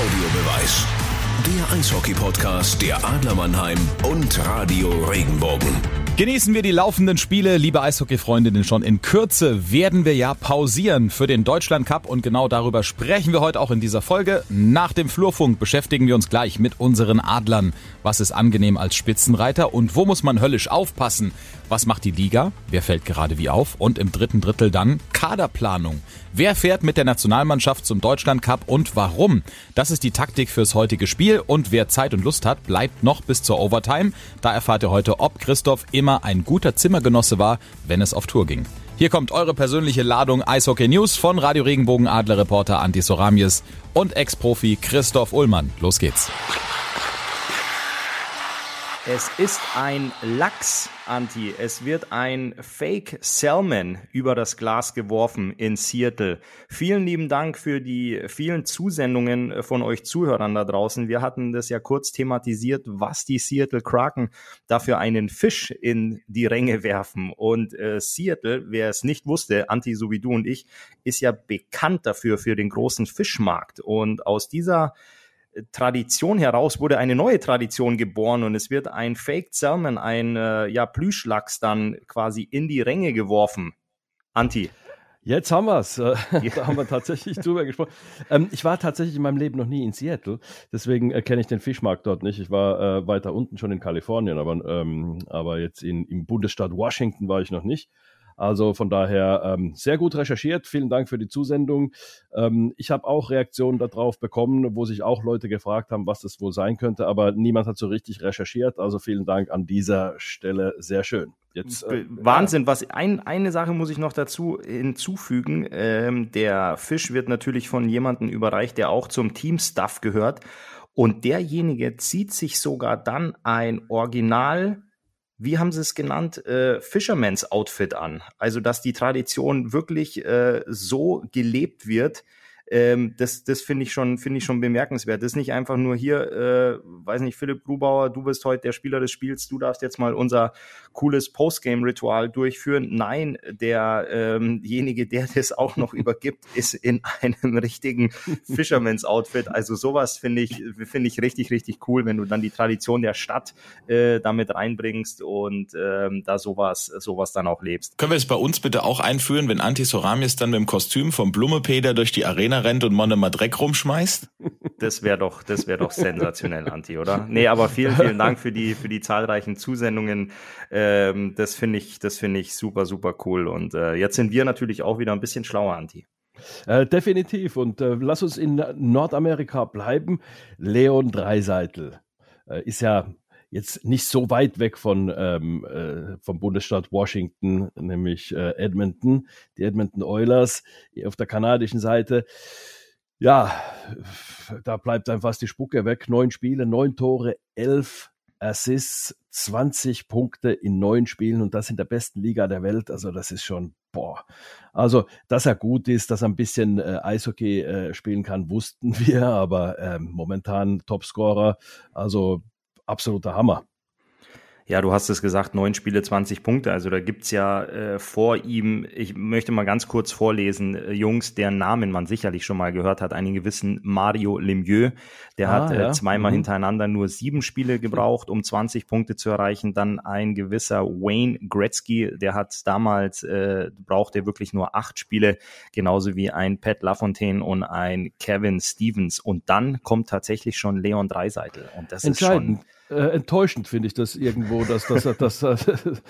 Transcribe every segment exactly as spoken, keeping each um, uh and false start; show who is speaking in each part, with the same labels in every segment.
Speaker 1: Audiobeweis. Der Eishockey-Podcast der Adler Mannheim und Radio Regenbogen.
Speaker 2: Genießen wir die laufenden Spiele, liebe Eishockey-Freundinnen. Schon in Kürze werden wir ja pausieren für den Deutschland-Cup und genau darüber sprechen wir heute auch in dieser Folge. Nach dem Flurfunk beschäftigen wir uns gleich mit unseren Adlern. Was ist angenehm als Spitzenreiter und wo muss man höllisch aufpassen? Was macht die Liga? Wer fällt gerade wie auf? Und im dritten Drittel dann Kaderplanung. Wer fährt mit der Nationalmannschaft zum Deutschland-Cup und warum? Das ist die Taktik fürs heutige Spiel und wer Zeit und Lust hat, bleibt noch bis zur Overtime. Da erfahrt ihr heute, ob Christoph immer ein guter Zimmergenosse war, wenn es auf Tour ging. Hier kommt eure persönliche Ladung Eishockey News von Radio Regenbogen Adler-Reporter Antti Soramies und Ex-Profi Christoph Ullmann. Los geht's.
Speaker 3: Es ist ein Lachs, Antti. Es wird ein Fake Salmon über das Glas geworfen in Seattle. Vielen lieben Dank für die vielen Zusendungen von euch Zuhörern da draußen. Wir hatten das ja kurz thematisiert, was die Seattle Kraken dafür einen Fisch in die Ränge werfen. Und äh, Seattle, wer es nicht wusste, Antti, so wie du und ich, ist ja bekannt dafür, für den großen Fischmarkt. Und aus dieser Tradition heraus wurde eine neue Tradition geboren und es wird ein Fake Salmon, ein äh, ja, Plüschlachs dann quasi in die Ränge geworfen. Antti.
Speaker 4: Jetzt haben wir es. Äh, ja. Da haben wir tatsächlich drüber gesprochen. Ähm, ich war tatsächlich in meinem Leben noch nie in Seattle, deswegen äh, kenne ich den Fischmarkt dort nicht. Ich war äh, weiter unten schon in Kalifornien, aber, ähm, aber jetzt in, im Bundesstaat Washington war ich noch nicht. Also von daher ähm, sehr gut recherchiert. Vielen Dank für die Zusendung. Ähm, ich habe auch Reaktionen darauf bekommen, wo sich auch Leute gefragt haben, was das wohl sein könnte, aber niemand hat so richtig recherchiert. Also vielen Dank an dieser Stelle. Sehr schön. Jetzt, äh,
Speaker 3: Wahnsinn. Ja. Was ein, eine Sache muss ich noch dazu hinzufügen. Ähm, der Fisch wird natürlich von jemandem überreicht, der auch zum Teamstaff gehört. Und derjenige zieht sich sogar dann ein Original, wie haben sie es genannt, äh, Fisherman's Outfit an. Also, dass die Tradition wirklich äh, so gelebt wird, ähm, das, das finde ich schon, finde ich schon bemerkenswert. Das ist nicht einfach nur hier, äh, weiß nicht, Philipp Grubauer, du bist heute der Spieler des Spiels, du darfst jetzt mal unser cooles Postgame-Ritual durchführen. Nein, derjenige, ähm der das auch noch übergibt, ist in einem richtigen Fisherman's Outfit. Also sowas finde ich, finde ich richtig, richtig cool, wenn du dann die Tradition der Stadt äh, damit reinbringst und ähm, da sowas, sowas dann auch lebst.
Speaker 5: Können wir es bei uns bitte auch einführen, wenn Antti Soramies dann mit dem Kostüm vom Blumepeter durch die Arena rennt und Monomer Dreck rumschmeißt?
Speaker 3: Das wäre doch, das wäre doch sensationell, Antti, oder? Nee, aber vielen, vielen Dank für die, für die zahlreichen Zusendungen. Ähm, das finde ich, das finde ich super, super cool. Und äh, jetzt sind wir natürlich auch wieder ein bisschen schlauer, Antti.
Speaker 4: Äh, definitiv. Und äh, lass uns in Nordamerika bleiben. Leon Draisaitl äh, ist ja jetzt nicht so weit weg von ähm, äh, vom Bundesstaat Washington, nämlich äh, Edmonton, die Edmonton Oilers auf der kanadischen Seite. Ja, da bleibt einem fast die Spucke weg. Neun Spiele, neun Tore, elf Assists, zwanzig Punkte in neun Spielen und das in der besten Liga der Welt. Also das ist schon, boah. Also, dass er gut ist, dass er ein bisschen äh, Eishockey äh, spielen kann, wussten wir, aber ähm, momentan Topscorer, also absoluter Hammer.
Speaker 3: Ja, du hast es gesagt, neun Spiele, zwanzig Punkte. Also da gibt's ja äh, vor ihm, ich möchte mal ganz kurz vorlesen, äh, Jungs, deren Namen man sicherlich schon mal gehört hat, einen gewissen Mario Lemieux. Der ah, hat äh, ja. zweimal mhm. hintereinander nur sieben Spiele gebraucht, um zwanzig Punkte zu erreichen. Dann ein gewisser Wayne Gretzky, der hat damals, äh, braucht er wirklich nur acht Spiele, genauso wie ein Pat LaFontaine und ein Kevin Stevens. Und dann kommt tatsächlich schon Leon Draisaitl. Und das ist schon...
Speaker 4: Äh, enttäuschend finde ich das irgendwo, dass, dass, dass, dass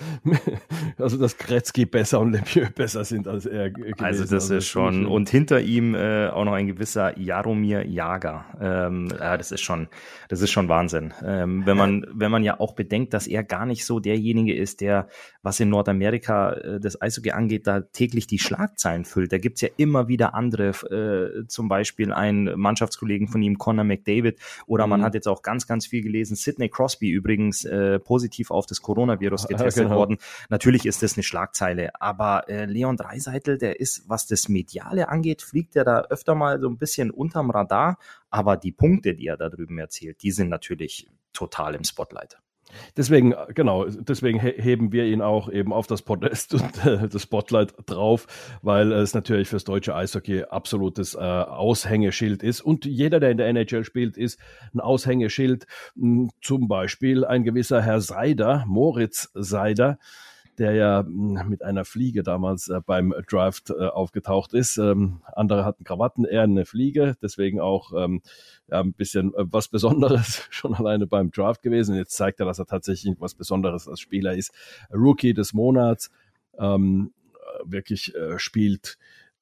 Speaker 4: also dass Gretzky besser und Lemieux besser sind als er gewesen.
Speaker 3: Also das also, ist schon, schon und hinter ihm äh, auch noch ein gewisser Jaromir Jagr. Ähm, ja, das ist schon, das ist schon Wahnsinn. Ähm, wenn man, wenn man ja auch bedenkt, dass er gar nicht so derjenige ist, der, was in Nordamerika äh, das Eishockey angeht, da täglich die Schlagzeilen füllt. Da gibt's ja immer wieder andere, äh, zum Beispiel einen Mannschaftskollegen von ihm, Connor McDavid, oder man mhm. hat jetzt auch ganz, ganz viel gelesen, Sidney Crosby übrigens äh, positiv auf das Coronavirus getestet ja, genau. worden. Natürlich ist das eine Schlagzeile, aber äh, Leon Draisaitl, der ist, was das Mediale angeht, fliegt er da öfter mal so ein bisschen unterm Radar, aber die Punkte, die er da drüben erzielt, die sind natürlich total im Spotlight.
Speaker 4: Deswegen, genau, deswegen heben wir ihn auch eben auf das Podest und äh, das Spotlight drauf, weil es natürlich fürs deutsche Eishockey absolutes äh, Aushängeschild ist. Und jeder, der in der N H L spielt, ist ein Aushängeschild. Zum Beispiel ein gewisser Herr Seider, Moritz Seider, der ja mit einer Fliege damals äh, beim Draft äh, aufgetaucht ist. Ähm, andere hatten Krawatten, er eine Fliege, deswegen auch ähm, ja, ein bisschen äh, was Besonderes schon alleine beim Draft gewesen. Und jetzt zeigt er, dass er tatsächlich was Besonderes als Spieler ist. Rookie des Monats, ähm, wirklich äh, spielt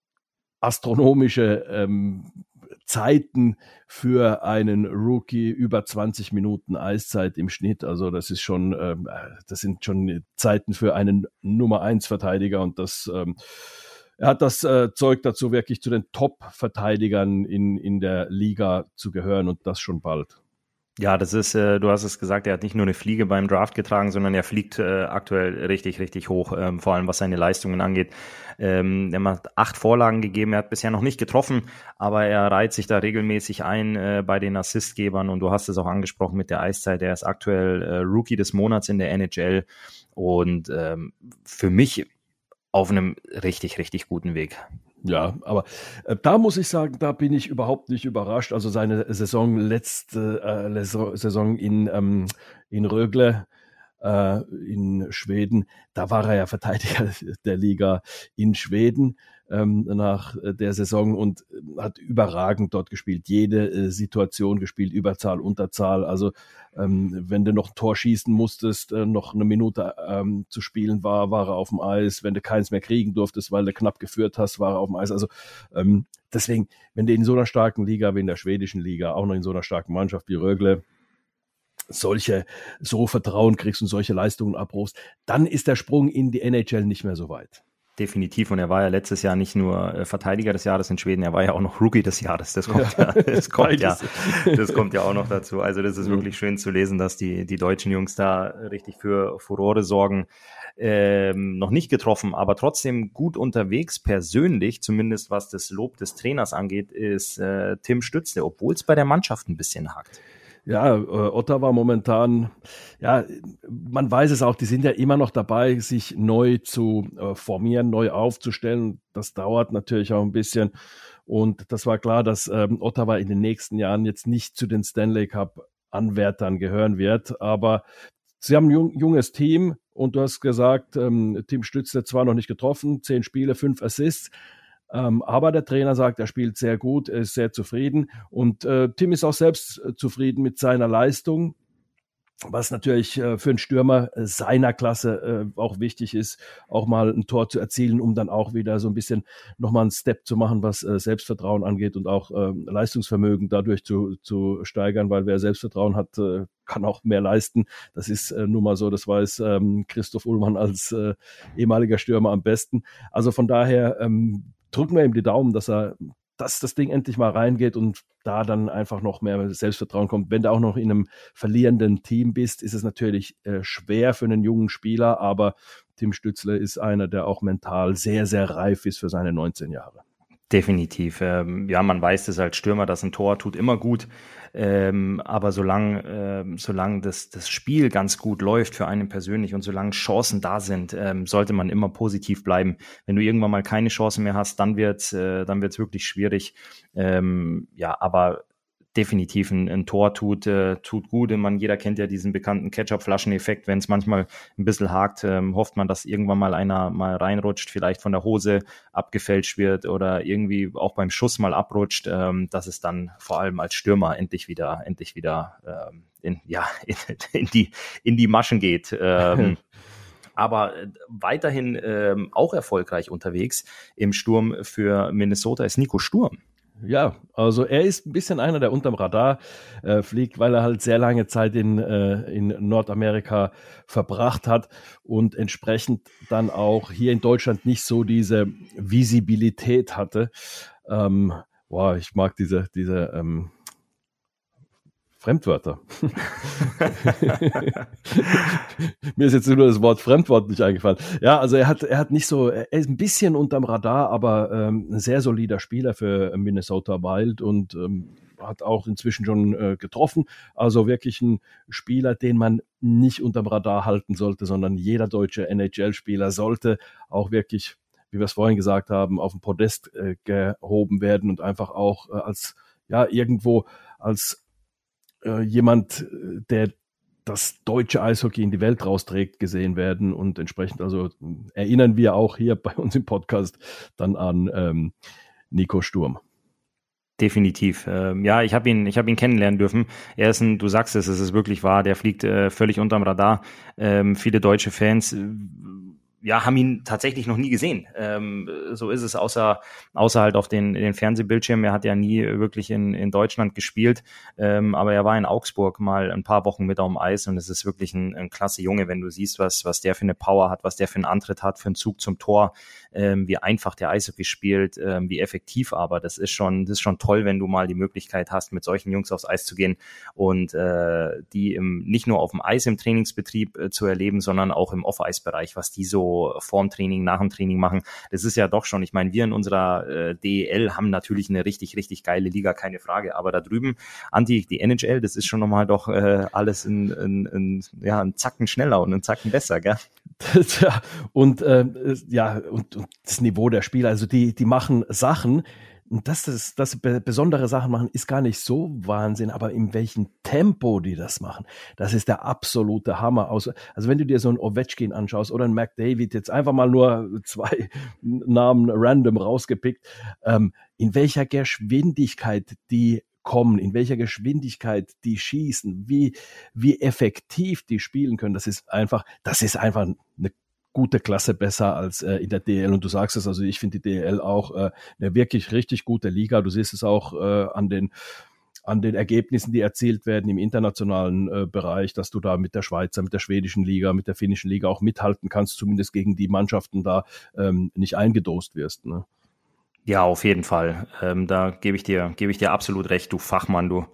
Speaker 4: astronomische ähm, Zeiten für einen Rookie, über zwanzig Minuten Eiszeit im Schnitt. Also das ist schon, ähm, das sind schon Zeiten für einen Nummer eins Verteidiger und das, ähm, er hat das äh, Zeug dazu, wirklich zu den Top-Verteidigern in, in der Liga zu gehören und das schon bald.
Speaker 3: Ja, das ist, äh, du hast es gesagt, er hat nicht nur eine Fliege beim Draft getragen, sondern er fliegt äh, aktuell richtig, richtig hoch, ähm, vor allem was seine Leistungen angeht. Ähm, er hat acht Vorlagen gegeben, er hat bisher noch nicht getroffen, aber er reiht sich da regelmäßig ein äh, bei den Assistgebern und du hast es auch angesprochen mit der Eiszeit, er ist aktuell äh, Rookie des Monats in der N H L und ähm, für mich auf einem richtig, richtig guten Weg.
Speaker 4: Ja, aber äh, da muss ich sagen, da bin ich überhaupt nicht überrascht. Also seine Saison, letzte äh, Saison in, ähm, in Rögle äh, in Schweden, da war er ja Verteidiger der Liga in Schweden ähm, nach der Saison und hat überragend dort gespielt. Jede äh, Situation gespielt, Überzahl, Unterzahl. Also ähm, wenn du noch ein Tor schießen musstest, äh, noch eine Minute ähm, zu spielen war, war er auf dem Eis. Wenn du keins mehr kriegen durftest, weil du knapp geführt hast, war er auf dem Eis. Also ähm, deswegen, wenn du in so einer starken Liga wie in der schwedischen Liga, auch noch in so einer starken Mannschaft wie Rögle, solche, so Vertrauen kriegst und solche Leistungen abrufst, dann ist der Sprung in die N H L nicht mehr so weit.
Speaker 3: Definitiv. Und er war ja letztes Jahr nicht nur Verteidiger des Jahres in Schweden, er war ja auch noch Rookie des Jahres. Das kommt ja, das kommt ja, das kommt ja auch noch dazu. Also das ist wirklich schön zu lesen, dass die, die deutschen Jungs da richtig für Furore sorgen. Ähm, noch nicht getroffen, aber trotzdem gut unterwegs, persönlich, zumindest was das Lob des Trainers angeht, ist äh, Tim Stützle, obwohl es bei der Mannschaft ein bisschen hakt.
Speaker 4: Ja, äh, Ottawa momentan, ja, man weiß es auch, die sind ja immer noch dabei, sich neu zu äh, formieren, neu aufzustellen. Das dauert natürlich auch ein bisschen. Und das war klar, dass ähm, Ottawa in den nächsten Jahren jetzt nicht zu den Stanley Cup-Anwärtern gehören wird. Aber sie haben ein jung, junges Team und du hast gesagt, ähm, Tim Stützle zwar noch nicht getroffen, zehn Spiele, fünf Assists. Ähm, aber der Trainer sagt, er spielt sehr gut, er ist sehr zufrieden und äh, Tim ist auch selbst äh, zufrieden mit seiner Leistung, was natürlich äh, für einen Stürmer äh, seiner Klasse äh, auch wichtig ist, auch mal ein Tor zu erzielen, um dann auch wieder so ein bisschen nochmal einen Step zu machen, was äh, Selbstvertrauen angeht und auch äh, Leistungsvermögen dadurch zu, zu steigern, weil wer Selbstvertrauen hat, äh, kann auch mehr leisten. Das ist äh, nun mal so, das weiß ähm, Christoph Ullmann als äh, ehemaliger Stürmer am besten. Also von daher ähm, drücken wir ihm die Daumen, dass er, dass das Ding endlich mal reingeht und da dann einfach noch mehr Selbstvertrauen kommt. Wenn du auch noch in einem verlierenden Team bist, ist es natürlich äh, schwer für einen jungen Spieler, aber Tim Stützle ist einer, der auch mental sehr, sehr reif ist für seine neunzehn Jahre.
Speaker 3: Definitiv. Ähm, ja, man weiß es als Stürmer, dass ein Tor tut immer gut. Ähm, aber solange, ähm, solange das, das Spiel ganz gut läuft für einen persönlich und solange Chancen da sind, ähm, sollte man immer positiv bleiben. Wenn du irgendwann mal keine Chancen mehr hast, dann wird's, äh, dann wird's wirklich schwierig. Ähm, ja, aber definitiv ein, ein Tor tut, äh, tut gut. Und man, jeder kennt ja diesen bekannten Ketchup-Flaschen-Effekt. Wenn es manchmal ein bisschen hakt, ähm, hofft man, dass irgendwann mal einer mal reinrutscht, vielleicht von der Hose abgefälscht wird oder irgendwie auch beim Schuss mal abrutscht, ähm, dass es dann vor allem als Stürmer endlich wieder, endlich wieder ähm, in, ja, in, in, die, in die Maschen geht. Ähm, aber weiterhin ähm, auch erfolgreich unterwegs im Sturm für Minnesota ist Nico Sturm.
Speaker 4: Ja, also er ist ein bisschen einer, der unterm Radar äh, fliegt, weil er halt sehr lange Zeit in, äh, in Nordamerika verbracht hat und entsprechend dann auch hier in Deutschland nicht so diese Visibilität hatte. Ähm, boah, ich mag diese, diese ähm, Fremdwörter. Mir ist jetzt nur das Wort Fremdwort nicht eingefallen. Ja, also er hat, er hat nicht so, er ist ein bisschen unterm Radar, aber ähm, ein sehr solider Spieler für Minnesota Wild und ähm, hat auch inzwischen schon äh, getroffen. Also wirklich ein Spieler, den man nicht unterm Radar halten sollte, sondern jeder deutsche N H L-Spieler sollte auch wirklich, wie wir es vorhin gesagt haben, auf den Podest äh, gehoben werden und einfach auch äh, als, ja, irgendwo als äh, jemand, der das deutsche Eishockey in die Welt rausträgt, gesehen werden. Und entsprechend also erinnern wir auch hier bei uns im Podcast dann an ähm, Nico Sturm.
Speaker 3: Definitiv. Ähm, ja, ich habe ihn, ich habe ihn kennenlernen dürfen. Er ist ein, du sagst es, es ist wirklich wahr, der fliegt äh, völlig unterm Radar. Ähm, viele deutsche Fans äh, ja, haben ihn tatsächlich noch nie gesehen. Ähm, so ist es, außer, außer halt auf den, den Fernsehbildschirmen. Er hat ja nie wirklich in, in Deutschland gespielt, ähm, aber er war in Augsburg mal ein paar Wochen mit auf dem Eis und es ist wirklich ein, ein klasse Junge, wenn du siehst, was, was der für eine Power hat, was der für einen Antritt hat, für einen Zug zum Tor, ähm, wie einfach der Eishockey spielt, ähm, wie effektiv aber. Das ist schon, das ist schon toll, wenn du mal die Möglichkeit hast, mit solchen Jungs aufs Eis zu gehen und äh, die im, nicht nur auf dem Eis im Trainingsbetrieb äh, zu erleben, sondern auch im Off-Eis-Bereich, was die so vorm Training, nach dem Training machen. Das ist ja doch schon, ich meine, wir in unserer äh, D E L haben natürlich eine richtig, richtig geile Liga, keine Frage, aber da drüben, Anti, die N H L, das ist schon nochmal doch äh, alles in, in, in, ja, einen Zacken schneller und einen Zacken besser, gell?
Speaker 4: Ja, und äh, ja, und, und das Niveau der Spieler, also die, die machen Sachen, und dass das, das besondere Sachen machen, ist gar nicht so Wahnsinn, aber in welchem Tempo die das machen, das ist der absolute Hammer. Also wenn du dir so einen Ovechkin anschaust oder einen McDavid, jetzt einfach mal nur zwei Namen random rausgepickt, ähm, in welcher Geschwindigkeit die kommen, in welcher Geschwindigkeit die schießen, wie, wie effektiv die spielen können, das ist einfach, das ist einfach eine gute Klasse besser als äh, in der D E L. Und du sagst es, also ich finde die D E L auch äh, eine wirklich richtig gute Liga. Du siehst es auch äh, an den an den Ergebnissen, die erzielt werden im internationalen äh, Bereich, dass du da mit der Schweizer, mit der schwedischen Liga, mit der finnischen Liga auch mithalten kannst, zumindest gegen die Mannschaften da ähm, nicht eingedost wirst. Ne?
Speaker 3: Ja, auf jeden Fall. Ähm, da gebe ich dir, gebe ich dir absolut recht, du Fachmann, du.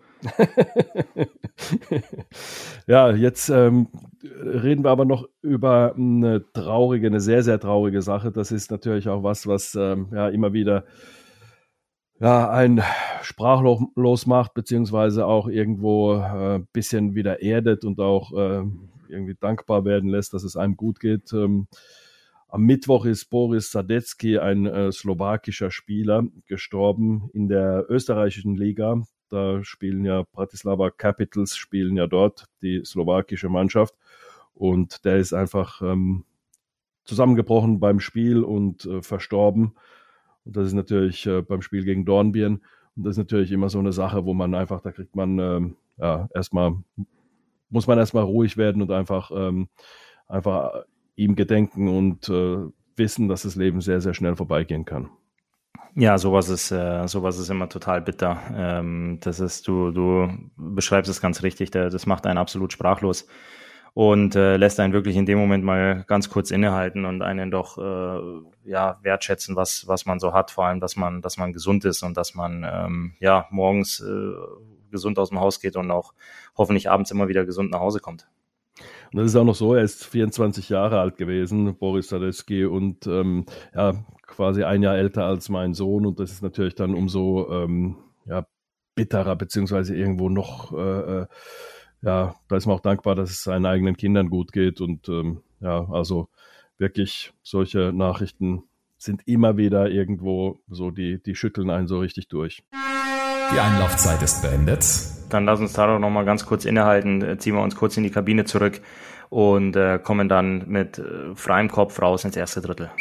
Speaker 4: Ja, jetzt ähm, reden wir aber noch über eine traurige, eine sehr, sehr traurige Sache. Das ist natürlich auch was, was ähm, ja immer wieder ja, einen sprachlos macht, beziehungsweise auch irgendwo ein äh, bisschen wieder erdet und auch äh, irgendwie dankbar werden lässt, dass es einem gut geht. Ähm, am Mittwoch ist Boris Sadecki, ein äh, slowakischer Spieler, gestorben in der österreichischen Liga. Da spielen ja Bratislava Capitals, spielen ja dort die slowakische Mannschaft. Und der ist einfach ähm, zusammengebrochen beim Spiel und äh, verstorben. Und das ist natürlich äh, beim Spiel gegen Dornbirn. Und das ist natürlich immer so eine Sache, wo man einfach, da kriegt man ähm, ja erstmal, muss man erstmal ruhig werden und einfach, ähm, einfach ihm gedenken und äh, wissen, dass das Leben sehr, sehr schnell vorbeigehen kann.
Speaker 3: Ja, sowas ist, äh, sowas ist immer total bitter. Ähm, das ist, du, du beschreibst es ganz richtig, der, das macht einen absolut sprachlos und äh, lässt einen wirklich in dem Moment mal ganz kurz innehalten und einen doch äh, ja wertschätzen, was was man so hat, vor allem, dass man dass man gesund ist und dass man ähm, ja morgens äh, gesund aus dem Haus geht und auch hoffentlich abends immer wieder gesund nach Hause kommt.
Speaker 4: Und das ist auch noch so, er ist vierundzwanzig Jahre alt gewesen, Boris Sadecki, und ähm, ja, quasi ein Jahr älter als mein Sohn, und das ist natürlich dann umso ähm, ja, bitterer, beziehungsweise irgendwo noch, äh, ja, da ist man auch dankbar, dass es seinen eigenen Kindern gut geht, und ähm, ja, also wirklich solche Nachrichten sind immer wieder irgendwo so, die, die schütteln einen so richtig durch.
Speaker 1: Die Einlaufzeit ist beendet.
Speaker 3: Dann lass uns da doch nochmal ganz kurz innehalten, ziehen wir uns kurz in die Kabine zurück und äh, kommen dann mit äh, freiem Kopf raus ins erste Drittel.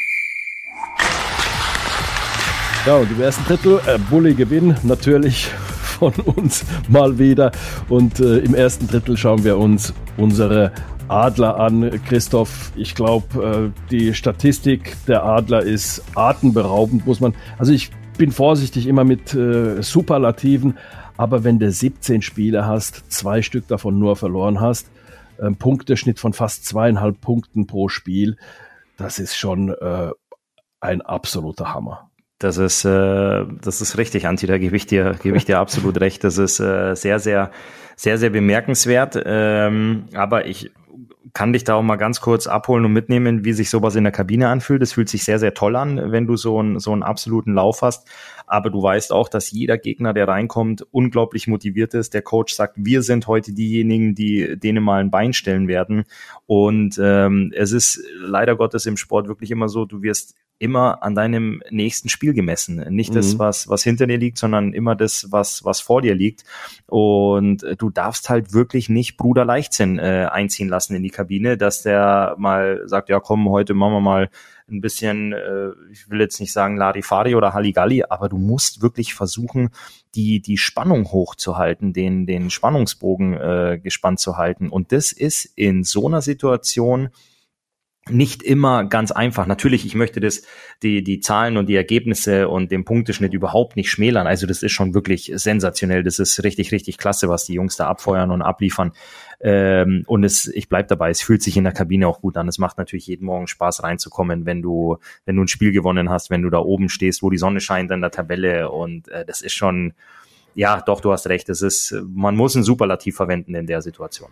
Speaker 4: Ja, und im ersten Drittel äh, Bulli-Gewinn natürlich von uns mal wieder. Und äh, im ersten Drittel schauen wir uns unsere Adler an. Christoph, ich glaube, äh, die Statistik der Adler ist atemberaubend, muss man, also ich bin vorsichtig immer mit äh, Superlativen, aber wenn du siebzehn Spiele hast, zwei Stück davon nur verloren hast, ein Punkteschnitt von fast zweieinhalb Punkten pro Spiel, das ist schon äh, ein absoluter Hammer.
Speaker 3: Das ist, äh, das ist richtig, Antti, da gebe ich dir, gebe ich dir absolut recht. Das ist äh, sehr, sehr, sehr, sehr bemerkenswert. Ähm, aber ich kann dich da auch mal ganz kurz abholen und mitnehmen, wie sich sowas in der Kabine anfühlt. Es fühlt sich sehr, sehr toll an, wenn du so einen, so einen absoluten Lauf hast. Aber du weißt auch, dass jeder Gegner, der reinkommt, unglaublich motiviert ist. Der Coach sagt, wir sind heute diejenigen, die denen mal ein Bein stellen werden. Und ähm, es ist leider Gottes im Sport wirklich immer so, du wirst immer an deinem nächsten Spiel gemessen. Nicht das,
Speaker 4: Mhm.
Speaker 3: was, was hinter dir liegt, sondern immer das, was, was vor dir liegt. Und du darfst halt wirklich nicht Bruder Leichtsinn äh, einziehen lassen in die Kabine, dass der mal sagt, ja komm, heute machen wir mal ein bisschen, äh, ich will jetzt nicht sagen Larifari oder Halligalli, aber du musst wirklich versuchen, die die Spannung hochzuhalten, den den Spannungsbogen äh, gespannt zu halten. Und das ist in so einer Situation nicht immer ganz einfach. Natürlich, ich möchte das, die, die Zahlen und die Ergebnisse und den Punkteschnitt überhaupt nicht schmälern. Also das ist schon wirklich sensationell. Das ist richtig, richtig klasse, was die Jungs da abfeuern und abliefern. Ähm, und es, ich bleib dabei, es fühlt sich in der Kabine auch gut an. Es macht natürlich jeden Morgen Spaß reinzukommen, wenn du, wenn du ein Spiel gewonnen hast, wenn du da oben stehst, wo die Sonne scheint in der Tabelle. Und äh, das ist schon, ja, doch, du hast recht. Das ist, man muss ein Superlativ verwenden in der Situation.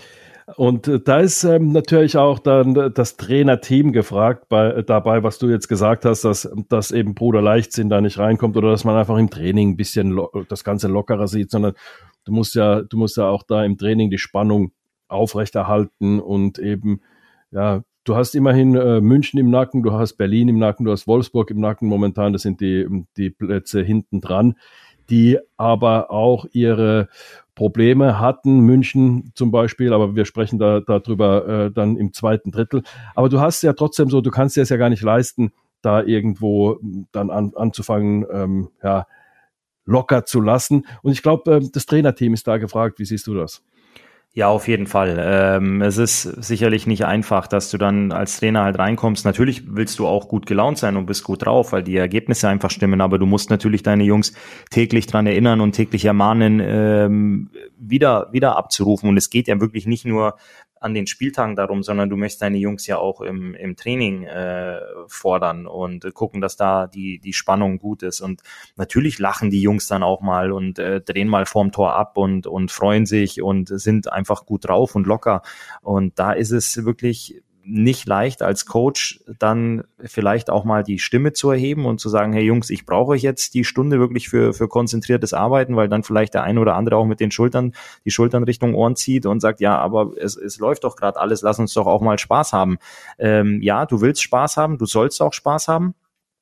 Speaker 4: Und äh, da ist ähm, natürlich auch dann das Trainerteam gefragt bei, äh, dabei, was du jetzt gesagt hast, dass, dass eben Bruder Leichtsinn da nicht reinkommt oder dass man einfach im Training ein bisschen lo- das Ganze lockerer sieht, sondern du musst ja, du musst ja auch da im Training die Spannung aufrechterhalten und eben, ja, du hast immerhin äh, München im Nacken, du hast Berlin im Nacken, du hast Wolfsburg im Nacken momentan, das sind die, die Plätze hinten dran, die aber auch ihre Probleme hatten, München zum Beispiel, aber wir sprechen da darüber äh, dann im zweiten Drittel. Aber du hast ja trotzdem so, du kannst dir es ja gar nicht leisten, da irgendwo dann an, anzufangen, ähm, ja, locker zu lassen. Und ich glaube, äh, das Trainerteam ist da gefragt. Wie siehst du das?
Speaker 3: Ja, auf jeden Fall. Ähm, es ist sicherlich nicht einfach, dass du dann als Trainer halt reinkommst. Natürlich willst du auch gut gelaunt sein und bist gut drauf, weil die Ergebnisse einfach stimmen. Aber du musst natürlich deine Jungs täglich dran erinnern und täglich ermahnen, ähm, wieder wieder abzurufen. Und es geht ja wirklich nicht nur an den Spieltagen darum, sondern du möchtest deine Jungs ja auch im, im Training äh, fordern und äh, gucken, dass da die die Spannung gut ist. Und natürlich lachen die Jungs dann auch mal und äh, drehen mal vorm Tor ab und und freuen sich und sind einfach gut drauf und locker. Und da ist es wirklich nicht leicht als Coach dann vielleicht auch mal die Stimme zu erheben und zu sagen, hey Jungs, ich brauche euch jetzt die Stunde wirklich für für konzentriertes Arbeiten, weil dann vielleicht der eine oder andere auch mit den Schultern die Schultern Richtung Ohren zieht und sagt, ja, aber es, es läuft doch gerade alles, lass uns doch auch mal Spaß haben. Ähm, ja, du willst Spaß haben, du sollst auch Spaß haben.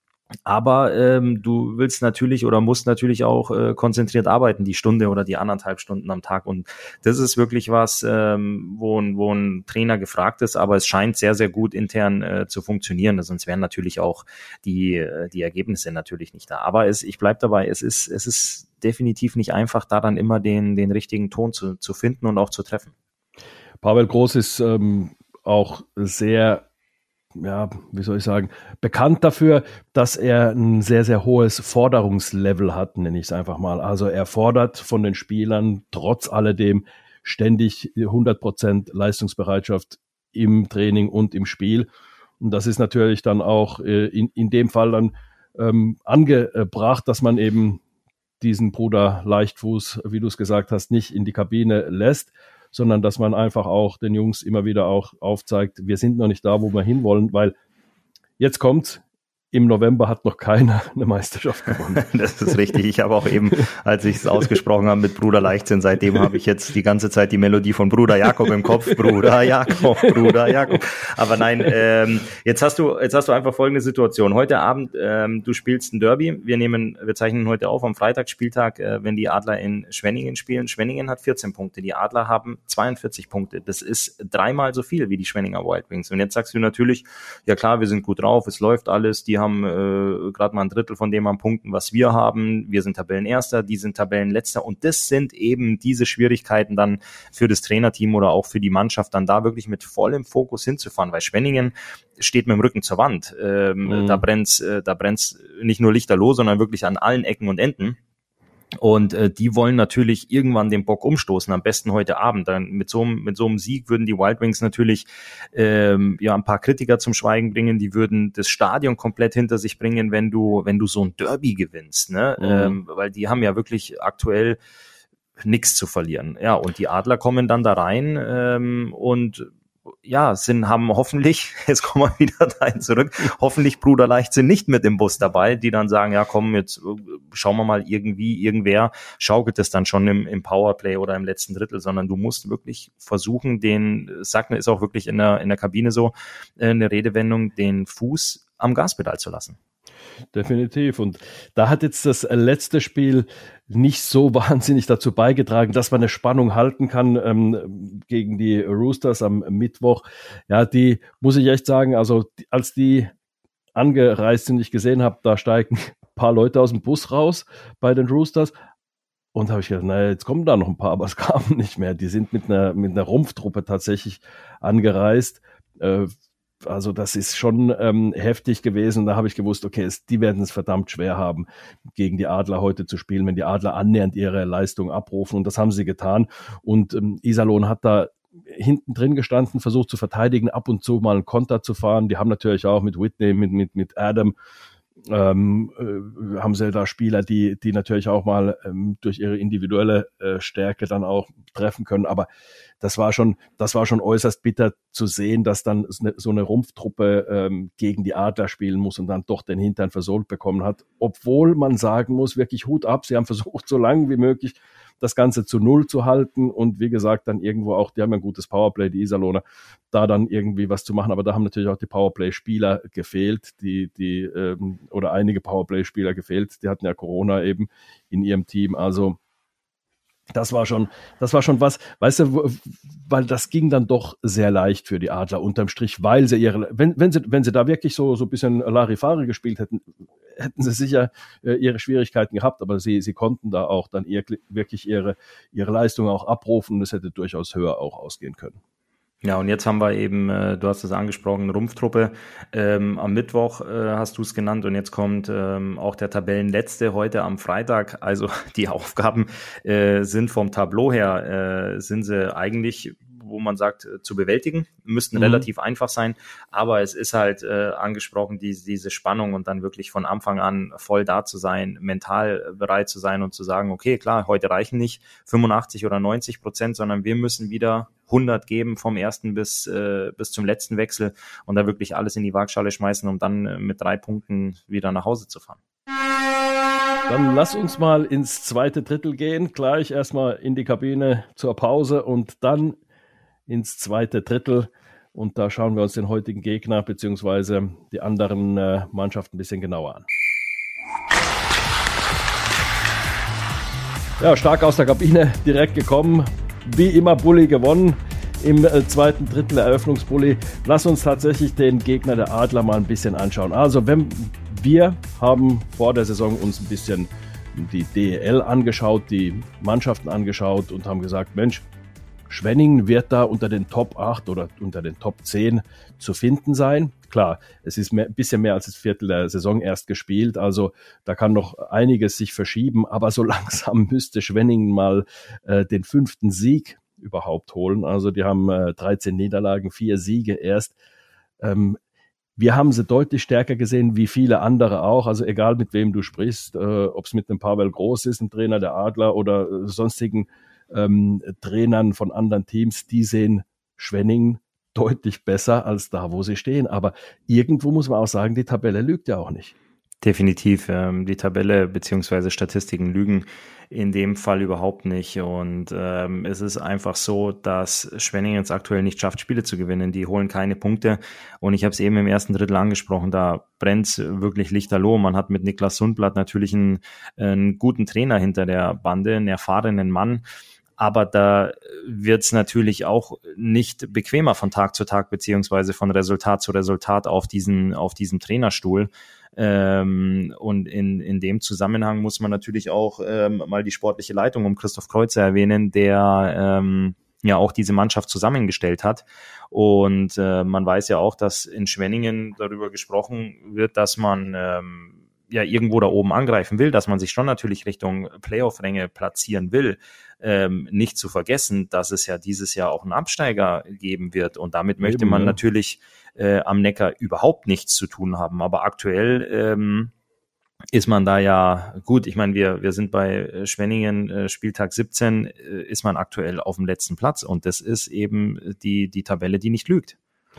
Speaker 3: Aber ähm, du willst natürlich oder musst natürlich auch äh, konzentriert arbeiten, die Stunde oder die anderthalb Stunden am Tag. Und das ist wirklich was, ähm, wo, ein, wo ein Trainer gefragt ist. Aber es scheint sehr, sehr gut intern äh, zu funktionieren. Sonst wären natürlich auch die, äh, die Ergebnisse natürlich nicht da. Aber es, ich bleib dabei, es ist, es ist definitiv nicht einfach, da dann immer den, den richtigen Ton zu, zu finden und auch zu treffen.
Speaker 4: Pavel Groß ist ähm, auch sehr, ja, wie soll ich sagen, bekannt dafür, dass er ein sehr, sehr hohes Forderungslevel hat, nenne ich es einfach mal. Also er fordert von den Spielern trotz alledem ständig hundert Prozent Leistungsbereitschaft im Training und im Spiel. Und das ist natürlich dann auch äh, in, in dem Fall dann ähm, angebracht, dass man eben diesen Bruder Leichtfuß, wie du es gesagt hast, nicht in die Kabine lässt, sondern dass man einfach auch den Jungs immer wieder auch aufzeigt, wir sind noch nicht da, wo wir hinwollen, weil jetzt kommt's, im November hat noch keiner eine Meisterschaft gewonnen.
Speaker 3: Das ist richtig. Ich habe auch eben, als ich es ausgesprochen habe mit Bruder Leichtsinn, seitdem habe ich jetzt die ganze Zeit die Melodie von Bruder Jakob im Kopf. Bruder Jakob, Bruder Jakob. Aber nein, ähm, jetzt hast du jetzt hast du einfach folgende Situation. Heute Abend, ähm, du spielst ein Derby. Wir nehmen, wir zeichnen heute auf am Freitagsspieltag, äh, wenn die Adler in Schwenningen spielen. Schwenningen hat vierzehn Punkte. Die Adler haben zweiundvierzig Punkte. Das ist dreimal so viel wie die Schwenninger Wild Wings. Und jetzt sagst du natürlich, ja klar, wir sind gut drauf, es läuft alles, die haben äh, gerade mal ein Drittel von dem an Punkten, was wir haben. Wir sind Tabellenerster, die sind Tabellenletzter und das sind eben diese Schwierigkeiten dann für das Trainerteam oder auch für die Mannschaft, dann da wirklich mit vollem Fokus hinzufahren, weil Schwenningen steht mit dem Rücken zur Wand. Ähm, mhm. Da brennt's, äh, da brennt's nicht nur lichterloh, sondern wirklich an allen Ecken und Enden. Und äh, die wollen natürlich irgendwann den Bock umstoßen, am besten heute Abend. Dann mit so einem mit so einem Sieg würden die Wild Wings natürlich ähm, ja ein paar Kritiker zum Schweigen bringen. Die würden das Stadion komplett hinter sich bringen, wenn du wenn du so ein Derby gewinnst, ne? Mhm. Ähm, weil die haben ja wirklich aktuell nichts zu verlieren. Ja, und die Adler kommen dann da rein ähm, und ja, sind, haben hoffentlich, jetzt kommen wir wieder dahin zurück, hoffentlich Bruder Leichtsinn nicht mit im Bus dabei, die dann sagen, ja komm, jetzt schauen wir mal irgendwie, irgendwer schaukelt es dann schon im, im Powerplay oder im letzten Drittel, sondern du musst wirklich versuchen, den, Sackner ist auch wirklich in der, in der Kabine so, eine Redewendung, den Fuß am Gaspedal zu lassen.
Speaker 4: Definitiv. Und da hat jetzt das letzte Spiel nicht so wahnsinnig dazu beigetragen, dass man eine Spannung halten kann ähm, gegen die Roosters am Mittwoch. Ja, die muss ich echt sagen, also die, als die angereist sind, ich gesehen habe, da steigen ein paar Leute aus dem Bus raus bei den Roosters. Und habe ich gedacht, naja, jetzt kommen da noch ein paar, aber es kamen nicht mehr. Die sind mit einer, mit einer Rumpftruppe tatsächlich angereist. Äh, Also das ist schon ähm, heftig gewesen. Da habe ich gewusst, okay, es, die werden es verdammt schwer haben, gegen die Adler heute zu spielen, wenn die Adler annähernd ihre Leistung abrufen. Und das haben sie getan. Und ähm, Iserlohn hat da hinten drin gestanden, versucht zu verteidigen, ab und zu mal einen Konter zu fahren. Die haben natürlich auch mit Whitney, mit, mit, mit Adam, ähm, äh, haben sie da Spieler, die, die natürlich auch mal ähm, durch ihre individuelle äh, Stärke dann auch treffen können. Aber das war schon, das war schon äußerst bitter zu sehen, dass dann so eine Rumpftruppe ähm, gegen die Adler spielen muss und dann doch den Hintern versohlt bekommen hat. Obwohl man sagen muss, wirklich Hut ab, sie haben versucht, so lange wie möglich das Ganze zu Null zu halten und wie gesagt, dann irgendwo auch, die haben ein gutes Powerplay, die Iserlohner, da dann irgendwie was zu machen, aber da haben natürlich auch die Powerplay-Spieler gefehlt, die, die, ähm, oder einige Powerplay-Spieler gefehlt, die hatten ja Corona eben in ihrem Team, also das war schon, das war schon was, weißt du, weil das ging dann doch sehr leicht für die Adler unterm Strich, weil sie ihre, wenn, wenn sie, wenn sie da wirklich so, so ein bisschen Larifari gespielt hätten, hätten sie sicher äh, ihre Schwierigkeiten gehabt, aber sie, sie konnten da auch dann ihr, wirklich ihre, ihre Leistung auch abrufen und es hätte durchaus höher auch ausgehen können.
Speaker 3: Ja, und jetzt haben wir eben, äh, du hast es angesprochen, Rumpftruppe. Ähm, am Mittwoch äh, hast du es genannt und jetzt kommt ähm, auch der Tabellenletzte heute am Freitag. Also die Aufgaben äh, sind vom Tableau her, äh, sind sie eigentlich, wo man sagt, zu bewältigen, müssten mhm. relativ einfach sein, aber es ist halt äh, angesprochen, die, diese Spannung und dann wirklich von Anfang an voll da zu sein, mental bereit zu sein und zu sagen, okay, klar, heute reichen nicht fünfundachtzig oder neunzig Prozent, sondern wir müssen wieder hundert geben vom ersten bis, äh, bis zum letzten Wechsel und da wirklich alles in die Waagschale schmeißen, um dann äh, mit drei Punkten wieder nach Hause zu fahren.
Speaker 4: Dann lass uns mal ins zweite Drittel gehen, gleich erstmal in die Kabine zur Pause und dann ins zweite Drittel und da schauen wir uns den heutigen Gegner bzw. die anderen äh, Mannschaften ein bisschen genauer an. Ja, stark aus der Kabine direkt gekommen, wie immer Bulli gewonnen im äh, zweiten Drittel, Eröffnungsbulli. Lass uns tatsächlich den Gegner der Adler mal ein bisschen anschauen. Also wenn wir haben vor der Saison uns ein bisschen die D E L angeschaut, die Mannschaften angeschaut und haben gesagt, Mensch, Schwenningen wird da unter den Top acht oder unter den Top zehn zu finden sein. Klar, es ist mehr, ein bisschen mehr als das Viertel der Saison erst gespielt, also da kann noch einiges sich verschieben, aber so langsam müsste Schwenningen mal äh, den fünften Sieg überhaupt holen. Also die haben äh, dreizehn Niederlagen, vier Siege erst. Ähm, wir haben sie deutlich stärker gesehen, wie viele andere auch, also egal mit wem du sprichst, äh, ob es mit einem Pavel Groß ist, ein Trainer der Adler oder äh, sonstigen Ähm, Trainern von anderen Teams, die sehen Schwenningen deutlich besser als da, wo sie stehen. Aber irgendwo muss man auch sagen, die Tabelle lügt ja auch nicht.
Speaker 3: Definitiv. Ähm, die Tabelle beziehungsweise Statistiken lügen in dem Fall überhaupt nicht. Und ähm, es ist einfach so, dass Schwenningen jetzt aktuell nicht schafft, Spiele zu gewinnen. Die holen keine Punkte. Und ich habe es eben im ersten Drittel angesprochen, da brennt's wirklich lichterloh. Man hat mit Niklas Sundblatt natürlich einen, einen guten Trainer hinter der Bande, einen erfahrenen Mann. Aber da wird's natürlich auch nicht bequemer von Tag zu Tag beziehungsweise von Resultat zu Resultat auf diesen, auf diesem Trainerstuhl. Ähm, und in, in dem Zusammenhang muss man natürlich auch ähm, mal die sportliche Leitung um Christoph Kreuzer erwähnen, der ähm, ja auch diese Mannschaft zusammengestellt hat. Und äh, man weiß ja auch, dass in Schwenningen darüber gesprochen wird, dass man ähm, ja irgendwo da oben angreifen will, dass man sich schon natürlich Richtung Playoff-Ränge platzieren will, ähm, nicht zu vergessen, dass es ja dieses Jahr auch einen Absteiger geben wird und damit Eben, möchte man ja. natürlich äh, am Neckar überhaupt nichts zu tun haben, aber aktuell ähm, ist man da ja gut. Ich meine, wir wir sind bei Schwenningen, Spieltag siebzehn, ist man aktuell auf dem letzten Platz und das ist eben die die Tabelle, die nicht lügt.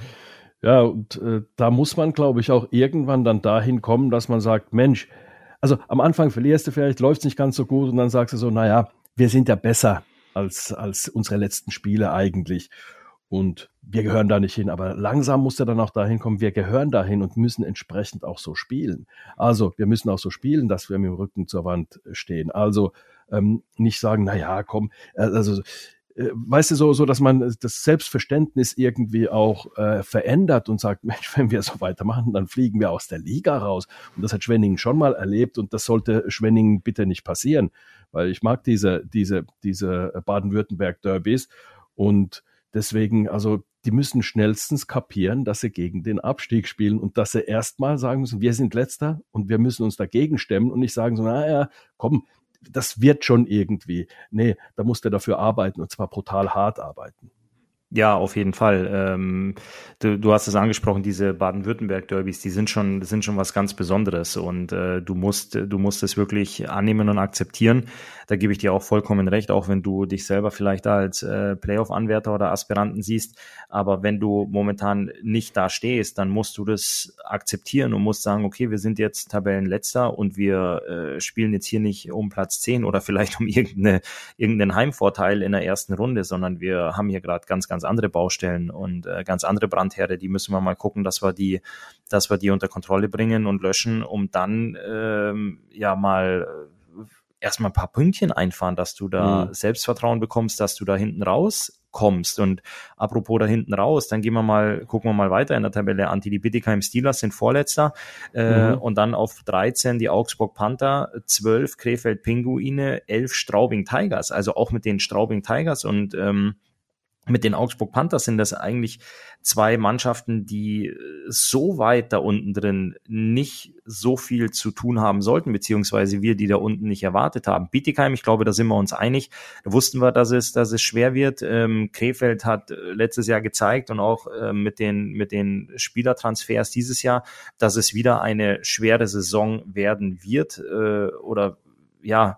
Speaker 4: Ja, und äh, da muss man, glaube ich, auch irgendwann dann dahin kommen, dass man sagt, Mensch, also am Anfang verlierst du vielleicht, läuft es nicht ganz so gut und dann sagst du so, naja, wir sind ja besser als als unsere letzten Spiele eigentlich. Und wir gehören da nicht hin, aber langsam muss er dann auch dahin kommen, wir gehören dahin und müssen entsprechend auch so spielen. Also wir müssen auch so spielen, dass wir mit dem Rücken zur Wand stehen. Also ähm, nicht sagen, na ja, komm, also äh, weißt du, so, so, dass man das Selbstverständnis irgendwie auch äh, verändert und sagt, Mensch, wenn wir so weitermachen, dann fliegen wir aus der Liga raus. Und das hat Schwenningen schon mal erlebt und das sollte Schwenningen bitte nicht passieren, weil ich mag diese, diese, diese Baden-Württemberg-Derbys und deswegen, also die müssen schnellstens kapieren, dass sie gegen den Abstieg spielen und dass sie erstmal sagen müssen, wir sind Letzter und wir müssen uns dagegen stemmen und nicht sagen so, naja, komm, das wird schon irgendwie. Nee, da muss der dafür arbeiten und zwar brutal hart arbeiten.
Speaker 3: Ja, auf jeden Fall. Ähm, du, du hast es angesprochen, diese Baden-Württemberg-Derbys, die sind schon, sind schon was ganz Besonderes und äh, du musst, du musst es wirklich annehmen und akzeptieren. Da gebe ich dir auch vollkommen recht, auch wenn du dich selber vielleicht da als äh, Playoff-Anwärter oder Aspiranten siehst. Aber wenn du momentan nicht da stehst, dann musst du das akzeptieren und musst sagen, okay, wir sind jetzt Tabellenletzter und wir äh, spielen jetzt hier nicht um Platz zehn oder vielleicht um irgendeine, irgendeinen Heimvorteil in der ersten Runde, sondern wir haben hier gerade ganz, ganz andere Baustellen und äh, ganz andere Brandherde, die müssen wir mal gucken, dass wir die, dass wir die unter Kontrolle bringen und löschen, um dann ähm, ja mal äh, erstmal ein paar Pünktchen einfahren, dass du da mhm. Selbstvertrauen bekommst, dass du da hinten rauskommst. Und apropos da hinten raus, dann gehen wir mal, gucken wir mal weiter in der Tabelle. Anti die Bietigheim Steelers sind Vorletzter äh, mhm. und dann auf dreizehn die Augsburg Panther, zwölf Krefeld Pinguine, elf Straubing Tigers. Also auch mit den Straubing Tigers und ähm, mit den Augsburg Panthers sind das eigentlich zwei Mannschaften, die so weit da unten drin nicht so viel zu tun haben sollten, beziehungsweise wir, die da unten nicht erwartet haben. Bietigheim, ich glaube, da sind wir uns einig. Da wussten wir, dass es, dass es schwer wird. Ähm, Krefeld hat letztes Jahr gezeigt und auch äh, mit den, mit den Spielertransfers dieses Jahr, dass es wieder eine schwere Saison werden wird, äh, oder, ja,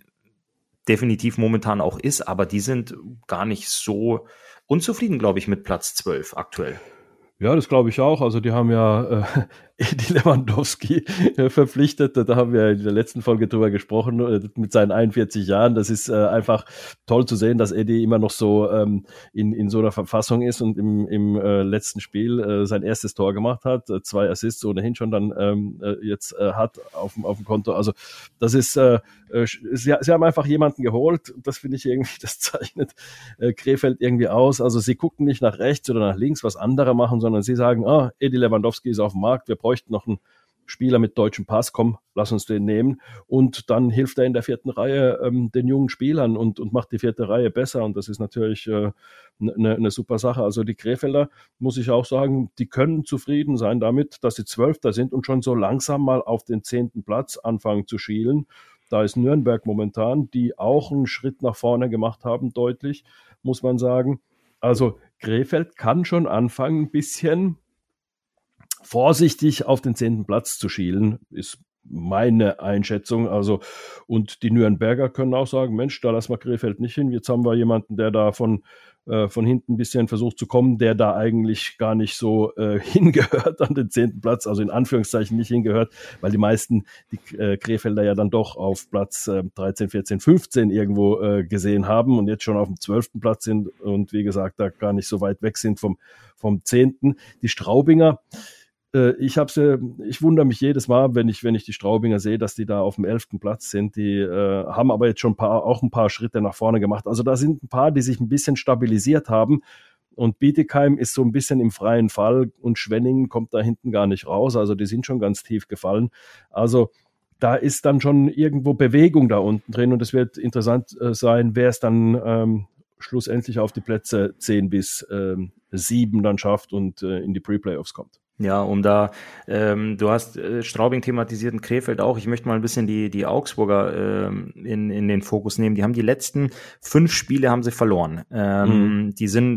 Speaker 3: definitiv momentan auch ist, aber die sind gar nicht so unzufrieden, glaube ich, mit Platz zwölf aktuell.
Speaker 4: Ja, das glaube ich auch. Also die haben ja äh, Edi Lewandowski äh, verpflichtet. Da haben wir in der letzten Folge drüber gesprochen, äh, mit seinen einundvierzig Jahren. Das ist äh, einfach toll zu sehen, dass Edi immer noch so ähm, in in so einer Verfassung ist und im im äh, letzten Spiel äh, sein erstes Tor gemacht hat. Äh, zwei Assists ohnehin schon dann ähm, äh, jetzt äh, hat auf dem auf dem Konto. Also das ist, äh, äh, sie, sie haben einfach jemanden geholt. Das finde ich irgendwie, das zeichnet äh, Krefeld irgendwie aus. Also sie gucken nicht nach rechts oder nach links, was andere machen, sondern sie sagen, ah, Edi Lewandowski ist auf dem Markt, wir bräuchten noch einen Spieler mit deutschem Pass, komm, lass uns den nehmen. Und dann hilft er in der vierten Reihe ähm, den jungen Spielern und, und macht die vierte Reihe besser. Und das ist natürlich eine äh, ne, ne super Sache. Also die Krefelder, muss ich auch sagen, die können zufrieden sein damit, dass sie Zwölfter sind und schon so langsam mal auf den zehnten Platz anfangen zu schielen. Da ist Nürnberg momentan, die auch einen Schritt nach vorne gemacht haben, deutlich, muss man sagen. Also Krefeld kann schon anfangen, ein bisschen vorsichtig auf den zehnten Platz zu schielen, ist meine Einschätzung. Also, und die Nürnberger können auch sagen, Mensch, da lassen wir Krefeld nicht hin. Jetzt haben wir jemanden, der da von, äh, von hinten ein bisschen versucht zu kommen, der da eigentlich gar nicht so äh, hingehört an den zehnten Platz, also in Anführungszeichen nicht hingehört, weil die meisten, die äh, Krefelder ja dann doch auf Platz äh, dreizehn, vierzehn, fünfzehn irgendwo äh, gesehen haben und jetzt schon auf dem zwölften Platz sind und wie gesagt, da gar nicht so weit weg sind vom, vom zehnten. Die Straubinger, Ich habe sie, ich wundere mich jedes Mal, wenn ich wenn ich die Straubinger sehe, dass die da auf dem elften Platz sind. Die äh, haben aber jetzt schon ein paar, auch ein paar Schritte nach vorne gemacht. Also da sind ein paar, die sich ein bisschen stabilisiert haben. Und Bietigheim ist so ein bisschen im freien Fall und Schwenningen kommt da hinten gar nicht raus. Also die sind schon ganz tief gefallen. Also da ist dann schon irgendwo Bewegung da unten drin und es wird interessant äh, sein, wer es dann ähm, schlussendlich auf die Plätze zehn bis sieben dann schafft und äh, in die Pre-Playoffs kommt.
Speaker 3: Ja, um da, ähm, du hast äh, Straubing thematisiert und Krefeld auch. Ich möchte mal ein bisschen die die Augsburger ähm, in in den Fokus nehmen. Die haben die letzten fünf Spiele haben sie verloren. Ähm, mhm. Die sind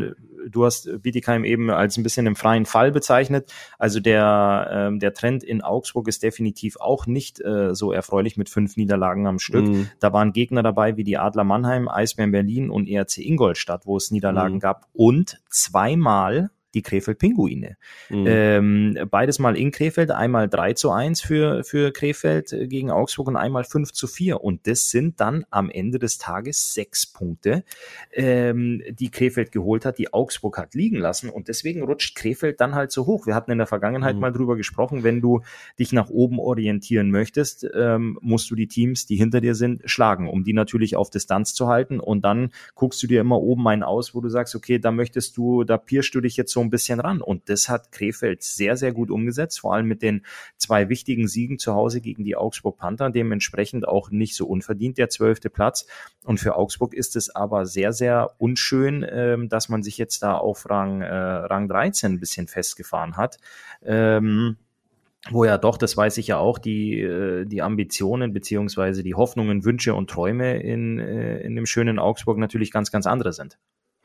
Speaker 3: du hast Bietigheim eben als ein bisschen im freien Fall bezeichnet. Also der, ähm, der Trend in Augsburg ist definitiv auch nicht äh, so erfreulich mit fünf Niederlagen am Stück. Mhm. Da waren Gegner dabei wie die Adler Mannheim, Eisbären Berlin und E R C Ingolstadt, wo es Niederlagen mhm. gab und zweimal die Krefeld-Pinguine. Mhm. Ähm, beides mal in Krefeld, einmal drei zu eins für, für Krefeld gegen Augsburg und einmal fünf zu vier. Und das sind dann am Ende des Tages sechs Punkte, ähm, die Krefeld geholt hat, die Augsburg hat liegen lassen. Und deswegen rutscht Krefeld dann halt so hoch. Wir hatten in der Vergangenheit mhm. mal drüber gesprochen, wenn du dich nach oben orientieren möchtest, ähm, musst du die Teams, die hinter dir sind, schlagen, um die natürlich auf Distanz zu halten. Und dann guckst du dir immer oben einen aus, wo du sagst, okay, da möchtest du, da pirschst du dich jetzt so ein bisschen ran. Und das hat Krefeld sehr, sehr gut umgesetzt, vor allem mit den zwei wichtigen Siegen zu Hause gegen die Augsburg Panther, dementsprechend auch nicht so unverdient der zwölfte Platz. Und für Augsburg ist es aber sehr, sehr unschön, ähm, dass man sich jetzt da auf Rang, äh, Rang dreizehn ein bisschen festgefahren hat. Ähm, wo ja doch, das weiß ich ja auch, die, die Ambitionen beziehungsweise die Hoffnungen, Wünsche und Träume in, in dem schönen Augsburg natürlich ganz, ganz andere sind.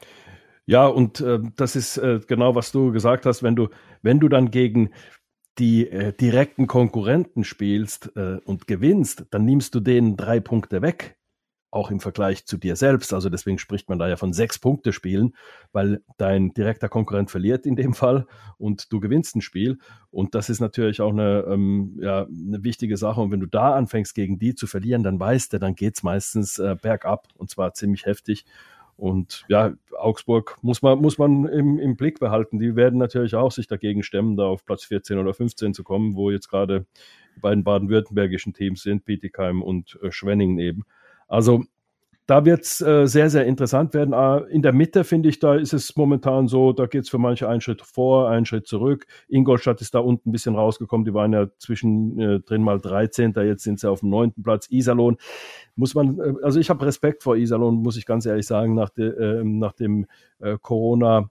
Speaker 4: Ja, und äh, das ist äh, genau, was du gesagt hast, wenn du, wenn du dann gegen die äh, direkten Konkurrenten spielst äh, und gewinnst, dann nimmst du denen drei Punkte weg, auch im Vergleich zu dir selbst. Also deswegen spricht man da ja von sechs Punkte Spielen, weil dein direkter Konkurrent verliert in dem Fall und du gewinnst ein Spiel. Und das ist natürlich auch eine, ähm, ja, eine wichtige Sache. Und wenn du da anfängst, gegen die zu verlieren, dann weißt du, dann geht's meistens äh, bergab und zwar ziemlich heftig. Und ja, Augsburg muss man, muss man im, im Blick behalten. Die werden natürlich auch sich dagegen stemmen, da auf Platz vierzehn oder fünfzehn zu kommen, wo jetzt gerade die beiden baden-württembergischen Teams sind, Bietigheim und äh, Schwenningen eben. Also da wird es äh, sehr, sehr interessant werden. Äh, in der Mitte, finde ich, da ist es momentan so, da geht es für manche einen Schritt vor, einen Schritt zurück. Ingolstadt ist da unten ein bisschen rausgekommen, die waren ja zwischendrin äh, mal dreizehnter, jetzt sind sie auf dem neunten Platz. Iserlohn muss man, äh, also ich habe Respekt vor Iserlohn, muss ich ganz ehrlich sagen, nach, de, äh, nach dem äh, Corona-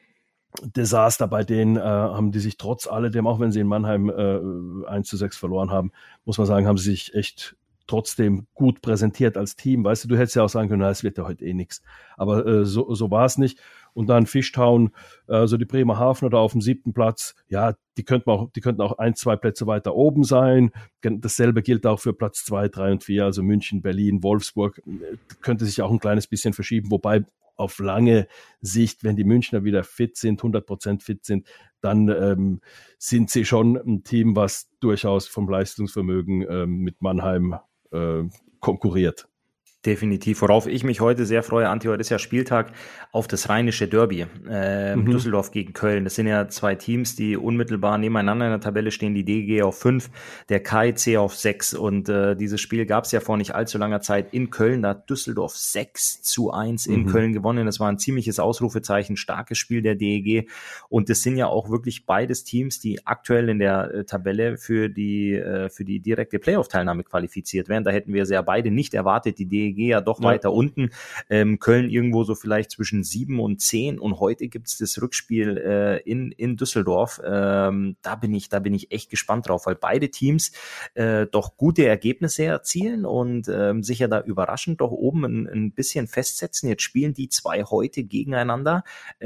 Speaker 4: Desaster bei denen äh, haben die sich trotz alledem, auch wenn sie in Mannheim äh, eins zu sechs verloren haben, muss man sagen, haben sie sich echt trotzdem gut präsentiert als Team. Weißt du, du hättest ja auch sagen können, na, es wird ja heute eh nichts. Aber äh, so, so war es nicht. Und dann Fishtown, also die Bremerhavener da auf dem siebten Platz, ja, die könnten auch, die könnten auch ein, zwei Plätze weiter oben sein. Dasselbe gilt auch für Platz zwei, drei und vier, also München, Berlin, Wolfsburg, könnte sich auch ein kleines bisschen verschieben, wobei auf lange Sicht, wenn die Münchner wieder fit sind, hundert Prozent fit sind, dann ähm, sind sie schon ein Team, was durchaus vom Leistungsvermögen ähm, mit Mannheim äh, konkurriert.
Speaker 3: Definitiv. Worauf ich mich heute sehr freue, Antti, heute ist ja Spieltag, auf das rheinische Derby. Äh, mhm. Düsseldorf gegen Köln. Das sind ja zwei Teams, die unmittelbar nebeneinander in der Tabelle stehen. Die D E G auf fünf, der K I C auf sechs. Und äh, dieses Spiel gab es ja vor nicht allzu langer Zeit in Köln. Da hat Düsseldorf sechs zu eins in mhm. Köln gewonnen. Das war ein ziemliches Ausrufezeichen, starkes Spiel der D E G. Und das sind ja auch wirklich beides Teams, die aktuell in der äh, Tabelle für die, äh, für die direkte Playoff-Teilnahme qualifiziert werden. Da hätten wir sehr beide nicht erwartet. Die D E G ja doch ja. weiter unten. Ähm, Köln irgendwo so vielleicht zwischen sieben und zehn und heute gibt's das Rückspiel äh, in, in Düsseldorf. Ähm, da bin ich, da bin ich echt gespannt drauf, weil beide Teams äh, doch gute Ergebnisse erzielen und ähm, sich ja da überraschend doch oben ein, ein bisschen festsetzen. Jetzt spielen die zwei heute gegeneinander.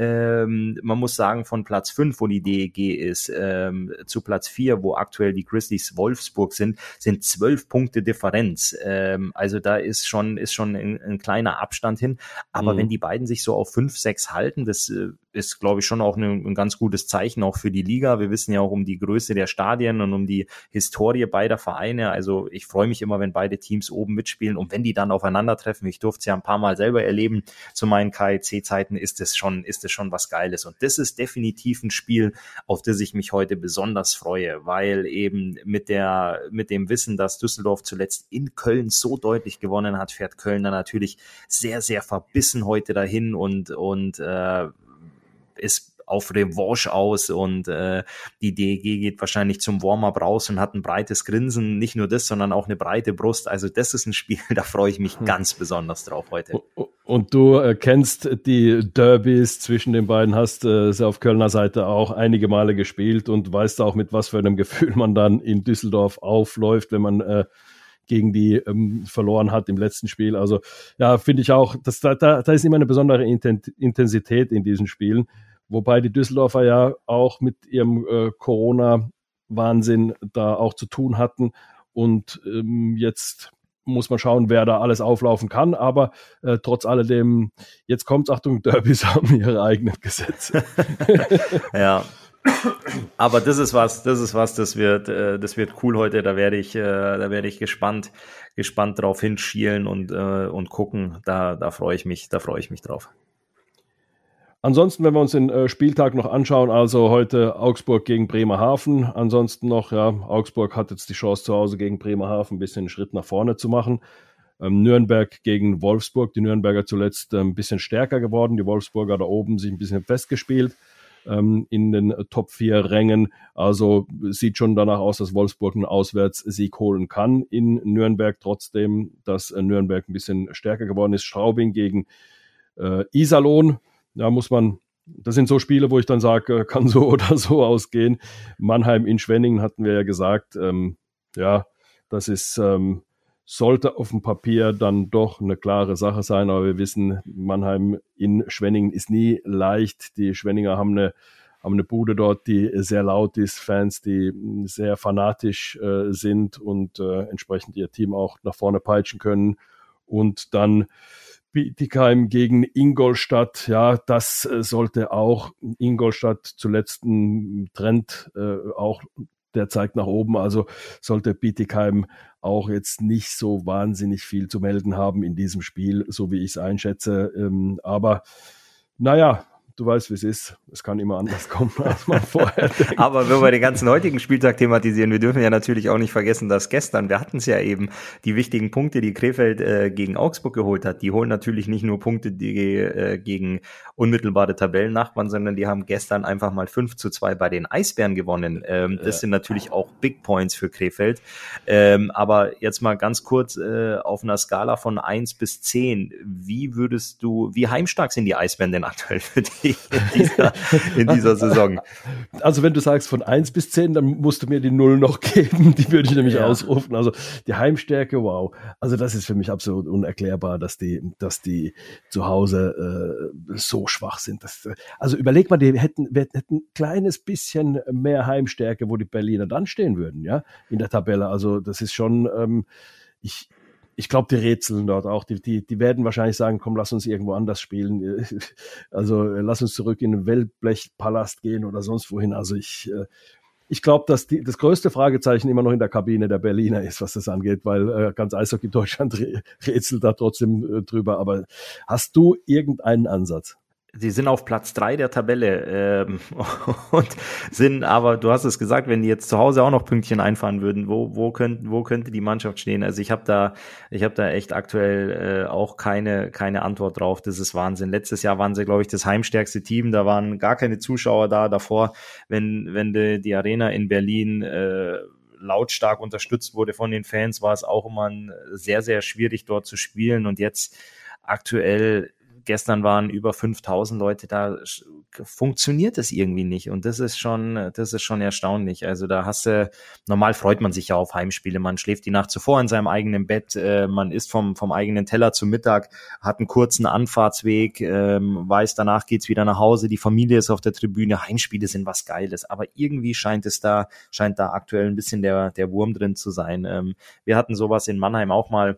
Speaker 3: Ähm, man muss sagen, von Platz fünf, wo die D E G ist, ähm, zu Platz vier, wo aktuell die Grizzlies Wolfsburg sind, sind zwölf Punkte Differenz. Ähm, also da ist schon ist schon ein, ein kleiner Abstand hin, aber mhm. wenn die beiden sich so auf fünf, sechs halten, das äh, ist, glaube ich, schon auch eine, ein ganz gutes Zeichen auch für die Liga. Wir wissen ja auch um die Größe der Stadien und um die Historie beider Vereine, also ich freue mich immer, wenn beide Teams oben mitspielen und wenn die dann aufeinandertreffen, ich durfte es ja ein paar Mal selber erleben, zu meinen K I C-Zeiten ist es schon, ist es schon was Geiles und das ist definitiv ein Spiel, auf das ich mich heute besonders freue, weil eben mit der, mit dem Wissen, dass Düsseldorf zuletzt in Köln so deutlich gewonnen hat, fährt Köln dann natürlich sehr, sehr verbissen heute dahin und, und äh, ist auf Revanche aus und äh, die D E G geht wahrscheinlich zum Warm-up raus und hat ein breites Grinsen, nicht nur das, sondern auch eine breite Brust, also das ist ein Spiel, da freue ich mich hm. ganz besonders drauf heute.
Speaker 4: Und du äh, kennst die Derbys zwischen den beiden, hast äh, sie auf Kölner Seite auch einige Male gespielt und weißt auch, mit was für einem Gefühl man dann in Düsseldorf aufläuft, wenn man äh, gegen die ähm, verloren hat im letzten Spiel. Also ja, finde ich auch, dass da, da, da ist immer eine besondere Intensität in diesen Spielen. Wobei die Düsseldorfer ja auch mit ihrem äh, Corona-Wahnsinn da auch zu tun hatten. Und ähm, jetzt muss man schauen, wer da alles auflaufen kann. Aber äh, trotz alledem, jetzt kommt's, Achtung, Derbys haben ihre eigenen Gesetze.
Speaker 3: Ja. Aber das ist was, das ist was, das wird, äh, das wird cool heute. Da werde ich, äh, da werde ich gespannt, gespannt drauf hinschielen und äh, und gucken. Da, da freue ich mich, da freue ich mich drauf.
Speaker 4: Ansonsten, wenn wir uns den äh, Spieltag noch anschauen, also heute Augsburg gegen Bremerhaven. Ansonsten noch, ja, Augsburg hat jetzt die Chance zu Hause gegen Bremerhaven ein bisschen einen Schritt nach vorne zu machen. Ähm, Nürnberg gegen Wolfsburg. Die Nürnberger zuletzt äh, ein bisschen stärker geworden. Die Wolfsburger da oben sich ein bisschen festgespielt ähm, in den äh, Top vier Rängen. Also sieht schon danach aus, dass Wolfsburg einen Auswärtssieg holen kann in Nürnberg. Trotzdem, dass äh, Nürnberg ein bisschen stärker geworden ist. Straubing gegen äh, Iserlohn. Da muss man, das sind so Spiele, wo ich dann sage, kann so oder so ausgehen. Mannheim in Schwenningen hatten wir ja gesagt, ähm, ja, das ist, ähm, sollte auf dem Papier dann doch eine klare Sache sein, aber wir wissen, Mannheim in Schwenningen ist nie leicht. Die Schwenninger haben eine, haben eine Bude dort, die sehr laut ist, Fans, die sehr fanatisch äh, sind und äh, entsprechend ihr Team auch nach vorne peitschen können. Und dann Bietigheim gegen Ingolstadt, ja, das äh, sollte auch Ingolstadt zuletzt ein Trend äh, auch, der zeigt nach oben, also sollte Bietigheim auch jetzt nicht so wahnsinnig viel zu melden haben in diesem Spiel, so wie ich es einschätze, ähm, aber naja, du weißt, wie es ist. Es kann immer anders kommen, als man vorher denkt.
Speaker 3: Aber wenn wir den ganzen heutigen Spieltag thematisieren, wir dürfen ja natürlich auch nicht vergessen, dass gestern, wir hatten es ja eben, die wichtigen Punkte, die Krefeld äh, gegen Augsburg geholt hat, die holen natürlich nicht nur Punkte die, äh, gegen unmittelbare Tabellennachbarn, sondern die haben gestern einfach mal fünf zu zwei bei den Eisbären gewonnen. Ähm, das ja. sind natürlich auch Big Points für Krefeld. Ähm, aber jetzt mal ganz kurz äh, auf einer Skala von eins bis zehn, wie würdest du, wie heimstark sind die Eisbären denn aktuell für dich? In dieser, in dieser Saison.
Speaker 4: Also wenn du sagst von eins bis zehn, dann musst du mir die null noch geben, die würde ich nämlich ja. ausrufen. Also die Heimstärke, wow. Also das ist für mich absolut unerklärbar, dass die, dass die zu Hause äh, so schwach sind. Das, also überleg mal, die hätten, hätten ein kleines bisschen mehr Heimstärke, wo die Berliner dann stehen würden, ja, in der Tabelle. Also das ist schon, ähm, ich Ich glaube, die rätseln dort auch. Die, die, die werden wahrscheinlich sagen, komm, lass uns irgendwo anders spielen. Also lass uns zurück in den Wellblechpalast gehen oder sonst wohin. Also ich, ich glaube, dass die, das größte Fragezeichen immer noch in der Kabine der Berliner ist, was das angeht, weil äh, ganz Eishockey Deutschland rätselt da trotzdem äh, drüber. Aber hast du irgendeinen Ansatz?
Speaker 3: Sie sind auf Platz drei der Tabelle ähm, und sind aber, du hast es gesagt, wenn die jetzt zu Hause auch noch Pünktchen einfahren würden, wo wo könnte wo könnte die Mannschaft stehen? Also ich habe da ich habe da echt aktuell äh, auch keine keine Antwort drauf. Das ist Wahnsinn. Letztes Jahr waren sie, glaube ich, das heimstärkste Team. Da waren gar keine Zuschauer da. Davor, wenn wenn die, die Arena in Berlin äh, lautstark unterstützt wurde von den Fans, war es auch immer sehr sehr schwierig dort zu spielen. Und jetzt aktuell gestern waren über fünftausend Leute da, funktioniert das irgendwie nicht und das ist schon, das ist schon erstaunlich. Also da hast du, normal freut man sich ja auf Heimspiele, man schläft die Nacht zuvor in seinem eigenen Bett, äh, man isst vom, vom eigenen Teller zum Mittag, hat einen kurzen Anfahrtsweg, ähm, weiß, danach geht's wieder nach Hause, die Familie ist auf der Tribüne, Heimspiele sind was Geiles, aber irgendwie scheint es da, scheint da aktuell ein bisschen der, der Wurm drin zu sein. Ähm, wir hatten sowas in Mannheim auch mal.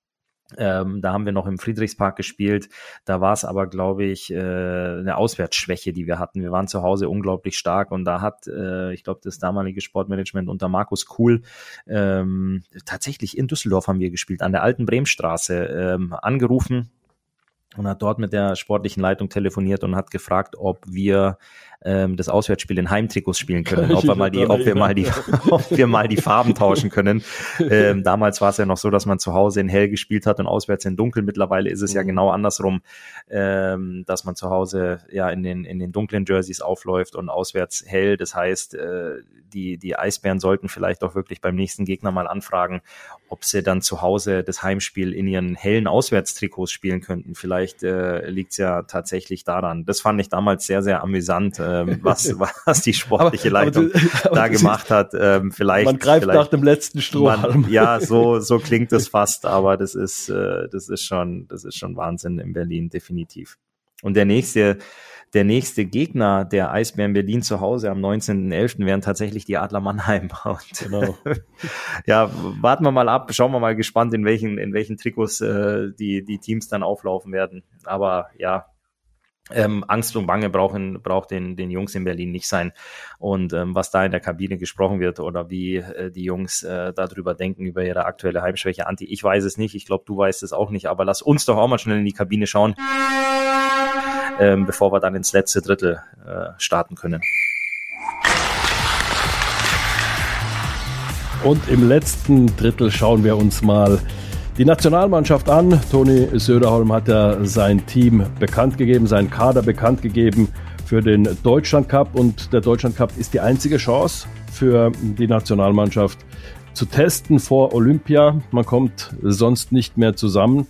Speaker 3: Ähm, da haben wir noch im Friedrichspark gespielt. Da war es aber, glaube ich, äh, eine Auswärtsschwäche, die wir hatten. Wir waren zu Hause unglaublich stark und da hat, äh, ich glaube, das damalige Sportmanagement unter Markus Kuhl ähm, tatsächlich in Düsseldorf haben wir gespielt, an der alten Bremstraße, ähm, angerufen und hat dort mit der sportlichen Leitung telefoniert und hat gefragt, ob wir ähm, das Auswärtsspiel in Heimtrikots spielen können, ob wir mal die, ob wir mal die, ob wir mal die Farben tauschen können. Ähm, damals war es ja noch so, dass man zu Hause in hell gespielt hat und auswärts in dunkel. Mittlerweile ist es ja genau andersrum, ähm, dass man zu Hause ja in den in den dunklen Jerseys aufläuft und auswärts hell. Das heißt, äh, die die Eisbären sollten vielleicht auch wirklich beim nächsten Gegner mal anfragen, ob sie dann zu Hause das Heimspiel in ihren hellen Auswärtstrikots spielen könnten. Vielleicht äh, liegt es ja tatsächlich daran. Das fand ich damals sehr, sehr amüsant. Äh, ähm, was, was die sportliche aber, Leitung aber du, aber da gemacht hat. Ähm, vielleicht,
Speaker 4: man greift
Speaker 3: vielleicht,
Speaker 4: nach dem letzten Strohhalm.
Speaker 3: Man, ja, so, so klingt es fast, aber das ist, äh, das ist schon, das ist schon Wahnsinn in Berlin, definitiv. Und der nächste, der nächste Gegner der Eisbären Berlin zu Hause am neunzehnten elften wären tatsächlich die Adler Mannheim. Und
Speaker 4: genau.
Speaker 3: Ja, warten wir mal ab, schauen wir mal gespannt, in welchen, in welchen Trikots äh, die, die Teams dann auflaufen werden. Aber ja, ähm, Angst und Bange brauchen, braucht den, den Jungs in Berlin nicht sein. Und ähm, was da in der Kabine gesprochen wird oder wie äh, die Jungs äh, darüber denken, über ihre aktuelle Heimschwäche, Anti, ich weiß es nicht, ich glaube, du weißt es auch nicht, aber lass uns doch auch mal schnell in die Kabine schauen. Ähm, bevor wir dann ins letzte Drittel äh, starten können.
Speaker 4: Und im letzten Drittel schauen wir uns mal die Nationalmannschaft an. Toni Söderholm hat ja sein Team bekannt gegeben, seinen Kader bekannt gegeben für den Deutschland Cup. Und der Deutschland Cup ist die einzige Chance für die Nationalmannschaft zu testen vor Olympia. Man kommt sonst nicht mehr zusammen.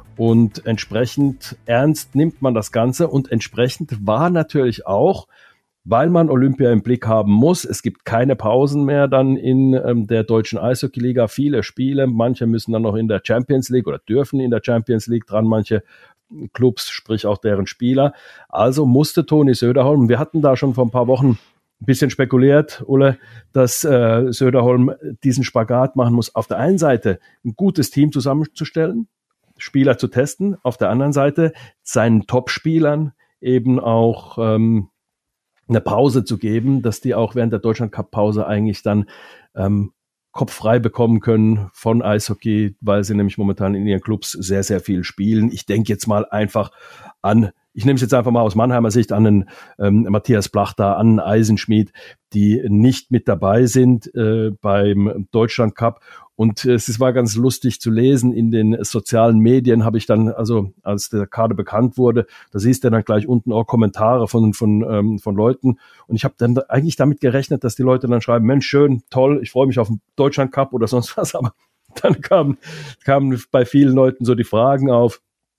Speaker 4: Und entsprechend ernst nimmt man das Ganze und entsprechend war natürlich auch, weil man Olympia im Blick haben muss, es gibt keine Pausen mehr dann in ähm, der deutschen Eishockey-Liga, viele Spiele, manche müssen dann noch in der Champions League oder dürfen in der Champions League dran, manche Clubs, sprich auch deren Spieler. Also musste Toni Söderholm, wir hatten da schon vor ein paar Wochen ein bisschen spekuliert, Ulle, dass äh, Söderholm diesen Spagat machen muss, auf der einen Seite ein gutes Team zusammenzustellen, Spieler zu testen, auf der anderen Seite seinen Top-Spielern eben auch ähm, eine Pause zu geben, dass die auch während der Deutschland-Cup-Pause eigentlich dann ähm, kopffrei bekommen können von Eishockey, weil sie nämlich momentan in ihren Clubs sehr, sehr viel spielen. Ich denke jetzt mal einfach an, ich nehme es jetzt einfach mal aus Mannheimer Sicht, an den ähm, Matthias Plachter, an Eisenschmied, die nicht mit dabei sind äh, beim Deutschland Cup. Und äh, es war ganz lustig zu lesen, in den sozialen Medien habe ich dann, also als der Kader bekannt wurde, da siehst du dann gleich unten auch Kommentare von von ähm, von Leuten. Und ich habe dann eigentlich damit gerechnet, dass die Leute dann schreiben, Mensch, schön, toll, ich freue mich auf den Deutschland Cup oder sonst was. Aber dann kamen kamen bei vielen Leuten so die Fragen auf,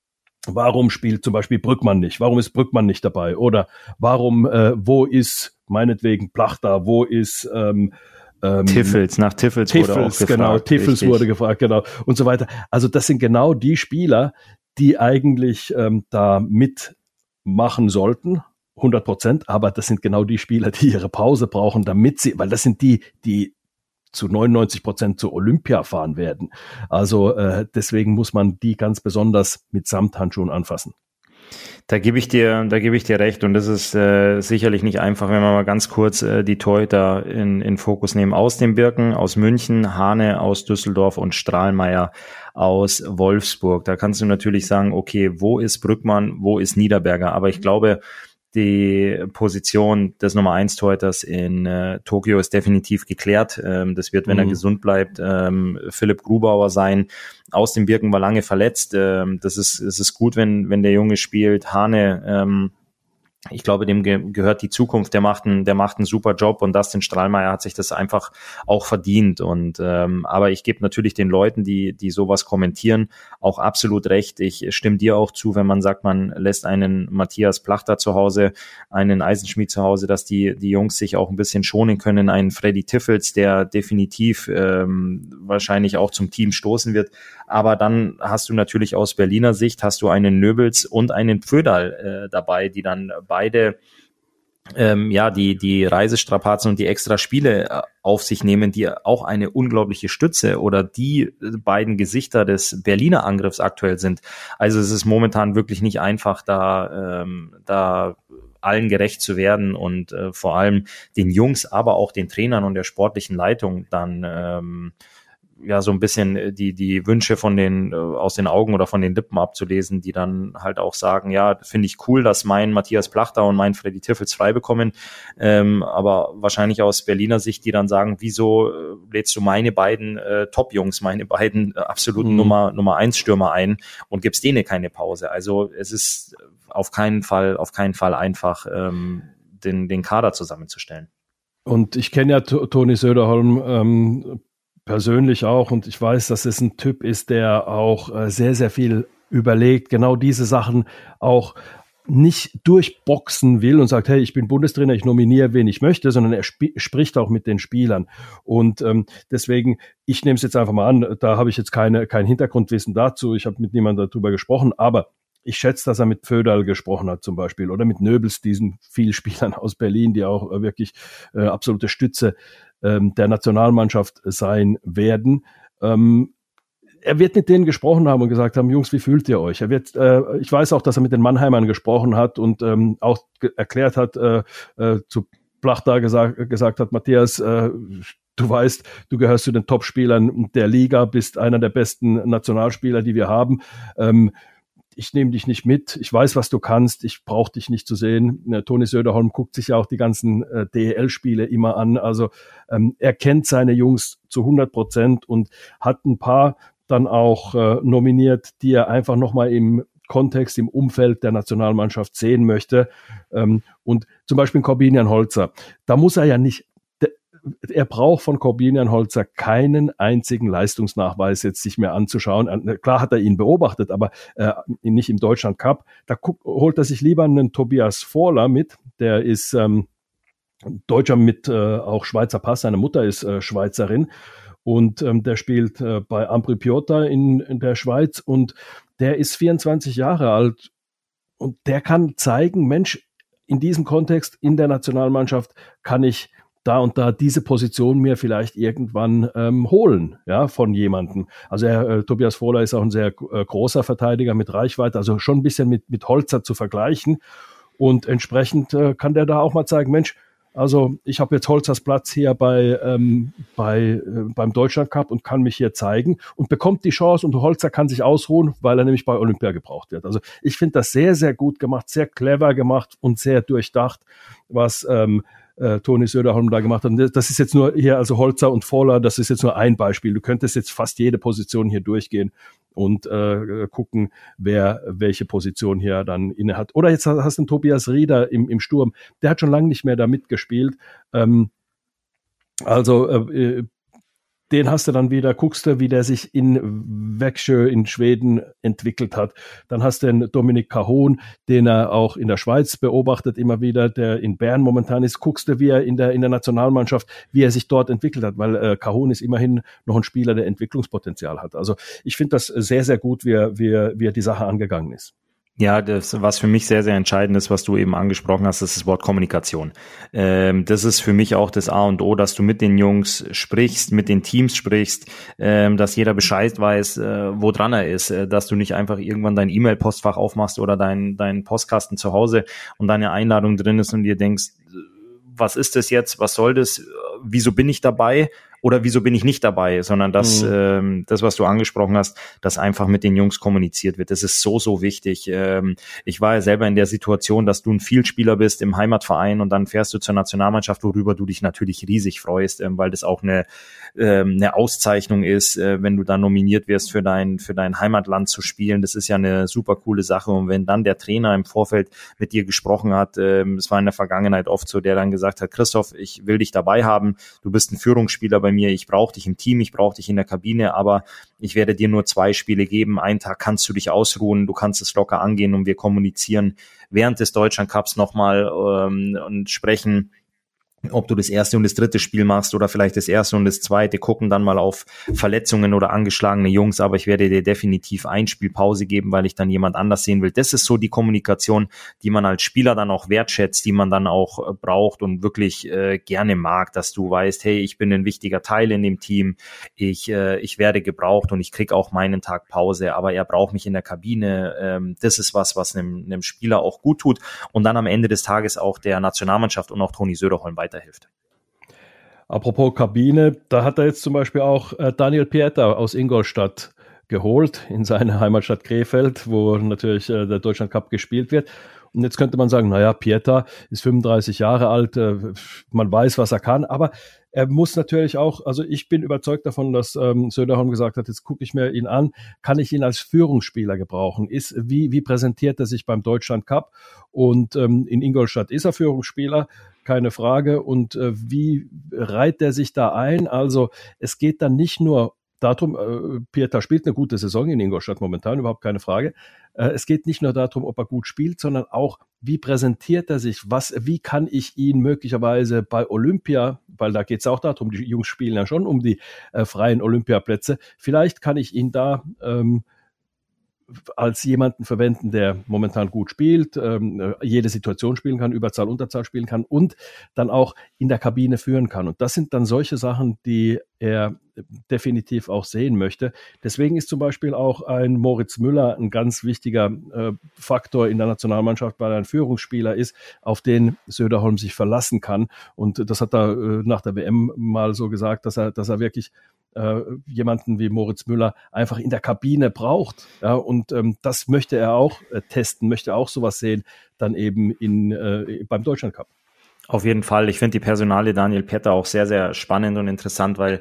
Speaker 4: warum spielt zum Beispiel Brückmann nicht? Warum ist Brückmann nicht dabei? Oder warum, äh, wo ist meinetwegen Plachter? Wo ist ähm, ähm,
Speaker 3: Tiffels? Nach Tiffels,
Speaker 4: Tiffels
Speaker 3: wurde auch gefragt.
Speaker 4: Genau, Tiffels richtig. wurde gefragt, genau und so weiter. Also das sind genau die Spieler, die eigentlich ähm, da mitmachen sollten, hundert Prozent. Aber das sind genau die Spieler, die ihre Pause brauchen, damit sie, weil das sind die, die zu neunundneunzig Prozent zur Olympia fahren werden. Also äh, deswegen muss man die ganz besonders mit Samthandschuhen anfassen.
Speaker 3: Da gebe ich dir, da gebe ich dir recht und das ist äh, sicherlich nicht einfach, wenn wir mal ganz kurz äh, die Torhüter in, in Fokus nehmen. Aus den Birken, aus München, Hane aus Düsseldorf und Strahlmeier aus Wolfsburg. Da kannst du natürlich sagen, okay, wo ist Brückmann, wo ist Niederberger? Aber ich glaube, die Position des Nummer eins Torhüters in äh, Tokio ist definitiv geklärt. Ähm, das wird, wenn mhm. er gesund bleibt, ähm, Philipp Grubauer sein. Aus den Birken war lange verletzt. Ähm, das ist, es ist gut, wenn, wenn der Junge spielt. Hane, ähm, ich glaube, dem ge- gehört die Zukunft. Der macht einen, der macht einen super Job und Dustin Strahlmeier hat sich das einfach auch verdient. Und ähm, aber ich gebe natürlich den Leuten, die die sowas kommentieren, auch absolut recht. Ich stimme dir auch zu, wenn man sagt, man lässt einen Matthias Plachter zu Hause, einen Eisenschmied zu Hause, dass die die Jungs sich auch ein bisschen schonen können. Einen Freddy Tiffels, der definitiv ähm, wahrscheinlich auch zum Team stoßen wird. Aber dann hast du natürlich aus Berliner Sicht hast du einen Nöbels und einen Pföderl äh, dabei, die dann beide ähm, ja die die Reisestrapazen und die extra Spiele äh, auf sich nehmen, die auch eine unglaubliche Stütze oder die beiden Gesichter des Berliner Angriffs aktuell sind. Also es ist momentan wirklich nicht einfach, da ähm, da allen gerecht zu werden und äh, vor allem den Jungs, aber auch den Trainern und der sportlichen Leitung dann ähm, ja so ein bisschen die die Wünsche von den äh, aus den Augen oder von den Lippen abzulesen, die dann halt auch sagen, ja, finde ich cool, dass mein Matthias Plachter und mein Freddy Tiffels frei bekommen, ähm, aber wahrscheinlich aus Berliner Sicht, die dann sagen, wieso äh, lädst du meine beiden äh, Top-Jungs, meine beiden äh, absoluten mhm. Nummer Nummer eins Stürmer ein und gibst denen keine Pause. Also es ist auf keinen Fall auf keinen Fall einfach, ähm, den den Kader zusammenzustellen.
Speaker 4: Und ich kenne ja T- Toni Söderholm ähm, persönlich auch und ich weiß, dass es ein Typ ist, der auch äh, sehr, sehr viel überlegt, genau diese Sachen auch nicht durchboxen will und sagt, hey, ich bin Bundestrainer, ich nominiere, wen ich möchte, sondern er sp- spricht auch mit den Spielern. Und ähm, deswegen, ich nehme es jetzt einfach mal an, da habe ich jetzt keine kein Hintergrundwissen dazu, ich habe mit niemandem darüber gesprochen, aber ich schätze, dass er mit Föderl gesprochen hat zum Beispiel oder mit Nöbels, diesen vielen Spielern aus Berlin, die auch äh, wirklich äh, absolute Stütze ähm, der Nationalmannschaft sein werden. Ähm, Er wird mit denen gesprochen haben und gesagt haben, Jungs, wie fühlt ihr euch? Er wird, äh, ich weiß auch, dass er mit den Mannheimern gesprochen hat und ähm, auch ge- erklärt hat, äh, äh, zu Plachta gesagt, gesagt hat, Matthias, äh, du weißt, du gehörst zu den Top-Spielern der Liga, bist einer der besten Nationalspieler, die wir haben. Ähm, ich nehme dich nicht mit, ich weiß, was du kannst, ich brauche dich nicht zu sehen. Äh, Toni Söderholm guckt sich ja auch die ganzen äh, D E L-Spiele immer an. Also ähm, er kennt seine Jungs zu hundert Prozent und hat ein paar dann auch äh, nominiert, die er einfach nochmal im Kontext, im Umfeld der Nationalmannschaft sehen möchte. Ähm, und zum Beispiel Korbinian Holzer. Da muss er ja nicht, de, er braucht von Korbinian Holzer keinen einzigen Leistungsnachweis jetzt sich mehr anzuschauen. Äh, klar hat er ihn beobachtet, aber äh, nicht im Deutschland Cup. Da guckt, holt er sich lieber einen Tobias Vorler mit, der ist ähm, Deutscher mit äh, auch Schweizer Pass, seine Mutter ist äh, Schweizerin. Und ähm, der spielt äh, bei Ampri Piotta in, in der Schweiz und der ist vierundzwanzig Jahre alt und der kann zeigen, Mensch, in diesem Kontext in der Nationalmannschaft kann ich da und da diese Position mir vielleicht irgendwann ähm, holen, ja, von jemandem. Also er, äh, Tobias Vohler ist auch ein sehr äh, großer Verteidiger mit Reichweite, also schon ein bisschen mit, mit Holzer zu vergleichen und entsprechend äh, kann der da auch mal zeigen, Mensch, also ich habe jetzt Holzers Platz hier bei, ähm, bei äh, beim Deutschland Cup und kann mich hier zeigen und bekommt die Chance und Holzer kann sich ausruhen, weil er nämlich bei Olympia gebraucht wird. Also ich finde das sehr, sehr gut gemacht, sehr clever gemacht und sehr durchdacht, was ähm, äh, Toni Söderholm da gemacht hat. Und das ist jetzt nur hier, also Holzer und Vohler, das ist jetzt nur ein Beispiel. Du könntest jetzt fast jede Position hier durchgehen und äh, gucken, wer welche Position hier dann inne hat. Oder jetzt hast du einen Tobias Rieder im, im Sturm. Der hat schon lange nicht mehr da mitgespielt. Ähm, also äh, den hast du dann wieder, guckst du, wie der sich in Växjö in Schweden entwickelt hat. Dann hast du den Dominik Kahun, den er auch in der Schweiz beobachtet immer wieder, der in Bern momentan ist. Guckst du, wie er in der, in der Nationalmannschaft, wie er sich dort entwickelt hat, weil äh, Kahun ist immerhin noch ein Spieler, der Entwicklungspotenzial hat. Also ich finde das sehr, sehr gut, wie er, wie er, wie er die Sache angegangen ist.
Speaker 3: Ja, das, was für mich sehr, sehr entscheidend ist, was du eben angesprochen hast, ist das Wort Kommunikation. Ähm, das ist für mich auch das A und O, dass du mit den Jungs sprichst, mit den Teams sprichst, ähm, dass jeder Bescheid weiß, äh, wo dran er ist, äh, dass du nicht einfach irgendwann dein E-Mail-Postfach aufmachst oder dein, dein Postkasten zu Hause und deine Einladung drin ist und dir denkst, was ist das jetzt, was soll das, wieso bin ich dabei? Oder wieso bin ich nicht dabei, sondern dass mhm. ähm, das, was du angesprochen hast, dass einfach mit den Jungs kommuniziert wird. Das ist so, so wichtig. Ähm, ich war ja selber in der Situation, dass du ein Vielspieler bist im Heimatverein und dann fährst du zur Nationalmannschaft, worüber du dich natürlich riesig freust, ähm, weil das auch eine, ähm, eine Auszeichnung ist, äh, wenn du da nominiert wirst für dein, für dein Heimatland zu spielen. Das ist ja eine super coole Sache. Und wenn dann der Trainer im Vorfeld mit dir gesprochen hat, ähm, es war in der Vergangenheit oft so, der dann gesagt hat, Christoph, ich will dich dabei haben, du bist ein Führungsspieler bei mir, ich brauche dich im Team, ich brauche dich in der Kabine, aber ich werde dir nur zwei Spiele geben. Einen Tag kannst du dich ausruhen, du kannst es locker angehen und wir kommunizieren während des Deutschland Cups nochmal ähm, und sprechen, ob du das erste und das dritte Spiel machst oder vielleicht das erste und das zweite, gucken dann mal auf Verletzungen oder angeschlagene Jungs, aber ich werde dir definitiv ein Spiel Pause geben, weil ich dann jemand anders sehen will. Das ist so die Kommunikation, die man als Spieler dann auch wertschätzt, die man dann auch äh, braucht und wirklich äh, gerne mag, dass du weißt, hey, ich bin ein wichtiger Teil in dem Team, ich äh, ich werde gebraucht und ich krieg auch meinen Tag Pause, aber er braucht mich in der Kabine. Ähm, das ist was, was einem, einem Spieler auch gut tut und dann am Ende des Tages auch der Nationalmannschaft und auch Toni Söderholm weiter hilft.
Speaker 4: Apropos Kabine, da hat er jetzt zum Beispiel auch äh, Daniel Pieter aus Ingolstadt geholt, in seine Heimatstadt Krefeld, wo natürlich äh, der Deutschland Cup gespielt wird. Und jetzt könnte man sagen, naja, Pieter ist fünfunddreißig Jahre alt, äh, man weiß, was er kann, aber er muss natürlich auch, also ich bin überzeugt davon, dass ähm, Söderholm gesagt hat, jetzt gucke ich mir ihn an, kann ich ihn als Führungsspieler gebrauchen? Ist, wie, wie präsentiert er sich beim Deutschland Cup? Und ähm, in Ingolstadt ist er Führungsspieler, keine Frage. Und äh, wie reiht er sich da ein? Also es geht dann nicht nur darum, äh, Pieter spielt eine gute Saison in Ingolstadt momentan, überhaupt keine Frage. Äh, es geht nicht nur darum, ob er gut spielt, sondern auch, wie präsentiert er sich, was, wie kann ich ihn möglicherweise bei Olympia, weil da geht es auch darum, die Jungs spielen ja schon um die äh, freien Olympiaplätze, vielleicht kann ich ihn da ähm, als jemanden verwenden, der momentan gut spielt, ähm, jede Situation spielen kann, Überzahl, Unterzahl spielen kann und dann auch in der Kabine führen kann. Und das sind dann solche Sachen, die er definitiv auch sehen möchte. Deswegen ist zum Beispiel auch ein Moritz Müller ein ganz wichtiger äh, Faktor in der Nationalmannschaft, weil er ein Führungsspieler ist, auf den Söderholm sich verlassen kann. Und das hat er äh, nach der W M mal so gesagt, dass er, dass er wirklich äh, jemanden wie Moritz Müller einfach in der Kabine braucht. Ja, und ähm, das möchte er auch äh, testen, möchte auch sowas sehen, dann eben in, äh, beim Deutschlandcup.
Speaker 3: Auf jeden Fall. Ich finde die Personalie Daniel Pieter auch sehr, sehr spannend und interessant, weil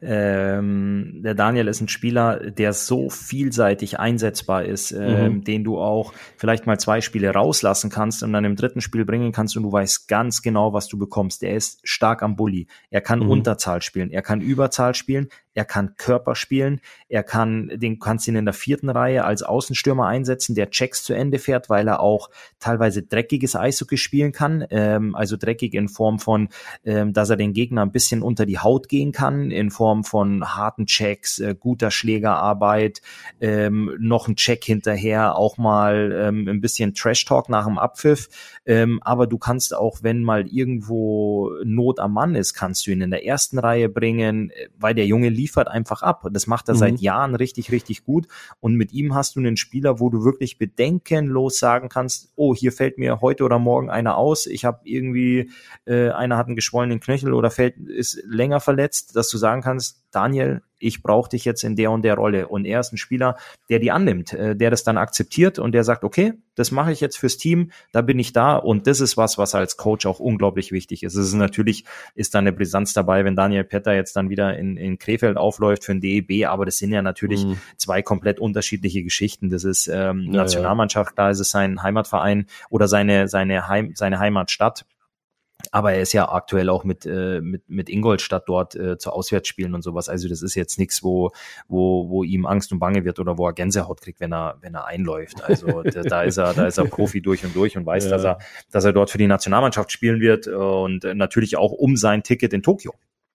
Speaker 3: ähm, der Daniel ist ein Spieler, der so vielseitig einsetzbar ist, ähm, mhm. den du auch vielleicht mal zwei Spiele rauslassen kannst und dann im dritten Spiel bringen kannst und du weißt ganz genau, was du bekommst. Er ist stark am Bulli. Er kann mhm. Unterzahl spielen, er kann Überzahl spielen, er kann Körper spielen, er kann, den kannst ihn in der vierten Reihe als Außenstürmer einsetzen, der Checks zu Ende fährt, weil er auch teilweise dreckiges Eishockey spielen kann, ähm, also dreckig in Form von, ähm, dass er den Gegner ein bisschen unter die Haut gehen kann, in Form von harten Checks, äh, guter Schlägerarbeit, ähm, noch ein Check hinterher, auch mal ähm, ein bisschen Trash-Talk nach dem Abpfiff, ähm, aber du kannst auch, wenn mal irgendwo Not am Mann ist, kannst du ihn in der ersten Reihe bringen, weil der Junge liefert einfach ab. Das macht er mhm. seit Jahren richtig, richtig gut. Und mit ihm hast du einen Spieler, wo du wirklich bedenkenlos sagen kannst, oh, hier fällt mir heute oder morgen einer aus. Ich habe irgendwie, äh, einer hat einen geschwollenen Knöchel oder fällt, ist länger verletzt, dass du sagen kannst, Daniel, ich brauche dich jetzt in der und der Rolle. Und er ist ein Spieler, der die annimmt, äh, der das dann akzeptiert und der sagt, okay, das mache ich jetzt fürs Team, da bin ich da. Und das ist was, was als Coach auch unglaublich wichtig ist. Es ist natürlich, ist da eine Brisanz dabei, wenn Daniel Pieter jetzt dann wieder in, in Krefeld aufläuft für den D E B, aber das sind ja natürlich mhm. zwei komplett unterschiedliche Geschichten. Das ist ähm, ja, Nationalmannschaft, da ist es sein Heimatverein oder seine, seine, Heim, seine Heimatstadt. Aber er ist ja aktuell auch mit äh, mit mit Ingolstadt dort äh, zu Auswärtsspielen und sowas. Also das ist jetzt nichts, wo wo wo ihm Angst und Bange wird oder wo er Gänsehaut kriegt, wenn er wenn er einläuft. Also da, da ist er da ist er Profi durch und durch und weiß, ja. dass er dass er dort für die Nationalmannschaft spielen wird und natürlich auch um sein Ticket in Tokio.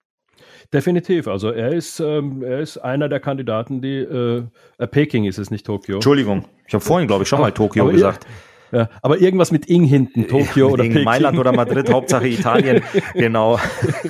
Speaker 4: Definitiv. Also er ist ähm, er ist einer der Kandidaten, die äh, Peking ist es, nicht Tokio.
Speaker 3: Entschuldigung, ich habe vorhin glaube ich schon mal Tokio aber gesagt.
Speaker 4: Ihr, Ja, aber irgendwas mit Ing hinten, Tokio oder Peking.
Speaker 3: Mailand oder Madrid, Hauptsache Italien, genau.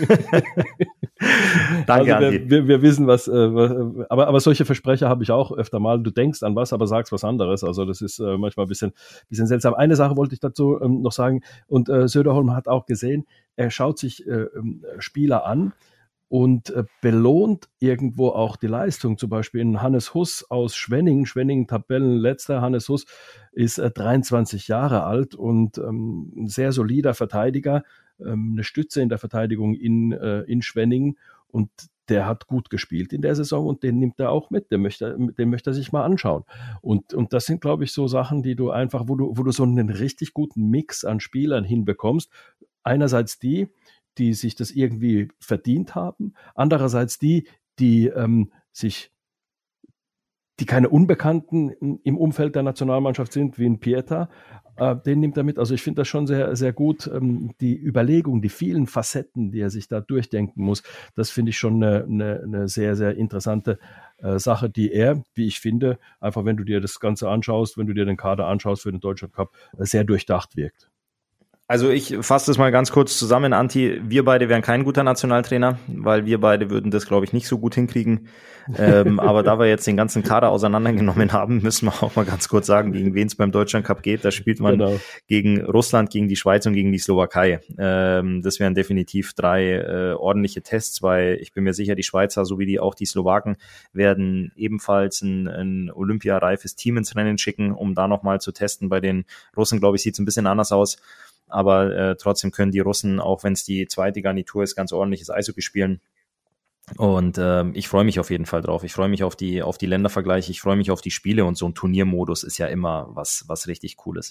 Speaker 3: Danke,
Speaker 4: also wir, wir, wir wissen was, äh, aber, aber solche Versprecher habe ich auch öfter mal. Du denkst an was, aber sagst was anderes. Also das ist äh, manchmal ein bisschen, bisschen seltsam. Eine Sache wollte ich dazu ähm, noch sagen und äh, Söderholm hat auch gesehen, er schaut sich äh, Spieler an und äh, belohnt irgendwo auch die Leistung. Zum Beispiel in Hannes Huss aus Schwenningen, Schwenningen Tabellenletzter. Hannes Huss ist äh, dreiundzwanzig Jahre alt und ähm, ein sehr solider Verteidiger, ähm, eine Stütze in der Verteidigung in, äh, in Schwenningen und der hat gut gespielt in der Saison und den nimmt er auch mit, den möchte, den möchte er sich mal anschauen. Und, und das sind, glaube ich, so Sachen, die du einfach, wo du, wo du so einen richtig guten Mix an Spielern hinbekommst. Einerseits die, die sich das irgendwie verdient haben, andererseits die, die ähm, sich, die keine Unbekannten im Umfeld der Nationalmannschaft sind, wie ein Pieter, äh, den nimmt er mit. Also ich finde das schon sehr, sehr gut, ähm, die Überlegung, die vielen Facetten, die er sich da durchdenken muss, das finde ich schon eine, eine, eine sehr, sehr interessante äh, Sache, die er, wie ich finde, einfach wenn du dir das Ganze anschaust, wenn du dir den Kader anschaust für den Deutschlandcup, äh, sehr durchdacht wirkt.
Speaker 3: Also ich fasse das mal ganz kurz zusammen, Anti, wir beide wären kein guter Nationaltrainer, weil wir beide würden das, glaube ich, nicht so gut hinkriegen. ähm, aber da wir jetzt den ganzen Kader auseinandergenommen haben, müssen wir auch mal ganz kurz sagen, gegen wen es beim Deutschlandcup geht. Da spielt man genau. gegen Russland, gegen die Schweiz und gegen die Slowakei. Ähm, das wären definitiv drei äh, ordentliche Tests, weil ich bin mir sicher, die Schweizer sowie die auch die Slowaken werden ebenfalls ein, ein olympiareifes Team ins Rennen schicken, um da nochmal zu testen. Bei den Russen, glaube ich, sieht es ein bisschen anders aus. Aber äh, trotzdem können die Russen, auch wenn es die zweite Garnitur ist, ganz ordentliches Eishockey spielen. Und ähm, ich freue mich auf jeden Fall drauf. Ich freue mich auf die auf die Ländervergleiche, ich freue mich auf die Spiele und so ein Turniermodus ist ja immer was was richtig Cooles.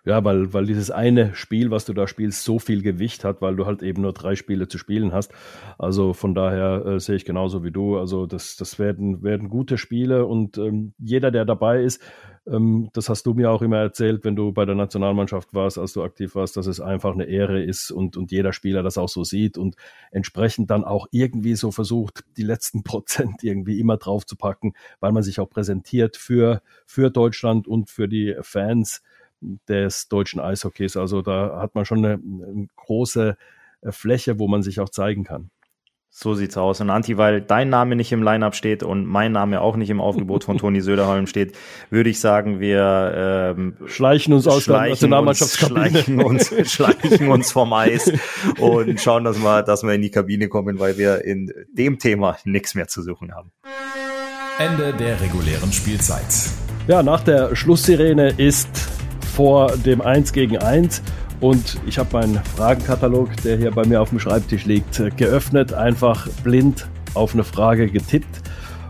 Speaker 4: Ja, weil, weil dieses eine Spiel, was du da spielst, so viel Gewicht hat, weil du halt eben nur drei Spiele zu spielen hast. Also von daher äh, sehe ich genauso wie du. Also das, das werden, werden gute Spiele und ähm, jeder, der dabei ist, ähm, das hast du mir auch immer erzählt, wenn du bei der Nationalmannschaft warst, als du aktiv warst, dass es einfach eine Ehre ist und, und jeder Spieler das auch so sieht und entsprechend dann auch irgendwie so versucht, die letzten Prozent irgendwie immer drauf zu packen, weil man sich auch präsentiert für, für Deutschland und für die Fans des deutschen Eishockeys. Also da hat man schon eine, eine große Fläche, wo man sich auch zeigen kann.
Speaker 3: So sieht's aus. Und Antti, weil dein Name nicht im Line-Up steht und mein Name auch nicht im Aufgebot von Toni Söderholm steht, würde ich sagen, wir ähm,
Speaker 4: schleichen uns aus der Nationalmannschaftskabine.
Speaker 3: Schleichen uns, schleichen uns vom Eis und schauen, dass wir, dass wir in die Kabine kommen, weil wir in dem Thema nichts mehr zu suchen haben.
Speaker 1: Ende der regulären Spielzeit.
Speaker 4: Ja, nach der Schlusssirene ist vor dem eins gegen eins und ich habe meinen Fragenkatalog, der hier bei mir auf dem Schreibtisch liegt, geöffnet, einfach blind auf eine Frage getippt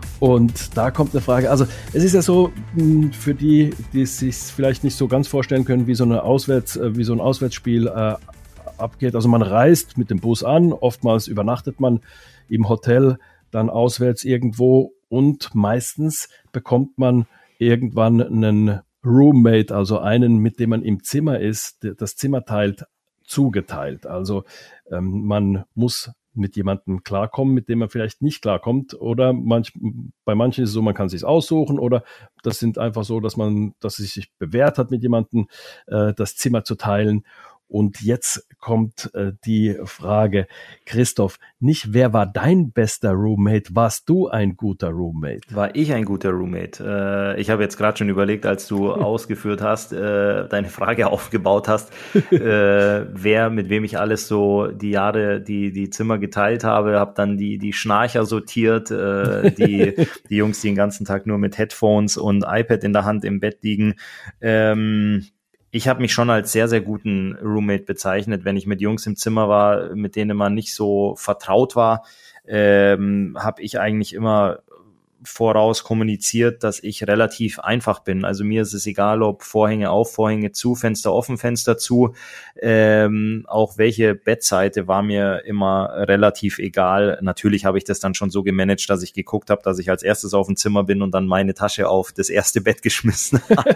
Speaker 4: und da kommt eine Frage, also es ist ja so, für die, die es sich vielleicht nicht so ganz vorstellen können, wie so, eine Auswärts, wie so ein Auswärtsspiel äh, abgeht, also man reist mit dem Bus an, oftmals übernachtet man im Hotel, dann auswärts irgendwo und meistens bekommt man irgendwann einen Roommate, also einen, mit dem man im Zimmer ist, das Zimmer teilt, zugeteilt. Also ähm, man muss mit jemandem klarkommen, mit dem man vielleicht nicht klarkommt. Oder manch, bei manchen ist es so, man kann es sich aussuchen oder das sind einfach so, dass man, dass es sich bewährt hat, mit jemandem äh, das Zimmer zu teilen. Und jetzt kommt äh, die Frage, Christoph, nicht wer war dein bester Roommate, warst du ein guter Roommate?
Speaker 3: War ich ein guter Roommate? Äh, ich habe jetzt gerade schon überlegt, als du ausgeführt hast, äh, deine Frage aufgebaut hast, äh, wer, mit wem ich alles so die Jahre, die die Zimmer geteilt habe, habe dann die die Schnarcher sortiert, äh, die die Jungs, die den ganzen Tag nur mit Headphones und iPad in der Hand im Bett liegen. Ähm, Ich habe mich schon als sehr, sehr guten Roommate bezeichnet, wenn ich mit Jungs im Zimmer war, mit denen man nicht so vertraut war, ähm, habe ich eigentlich immer voraus kommuniziert, dass ich relativ einfach bin. Also mir ist es egal, ob Vorhänge auf, Vorhänge zu, Fenster offen, Fenster zu. Ähm, auch welche Bettseite war mir immer relativ egal. Natürlich habe ich das dann schon so gemanagt, dass ich geguckt habe, dass ich als erstes auf dem Zimmer bin und dann meine Tasche auf das erste Bett geschmissen habe.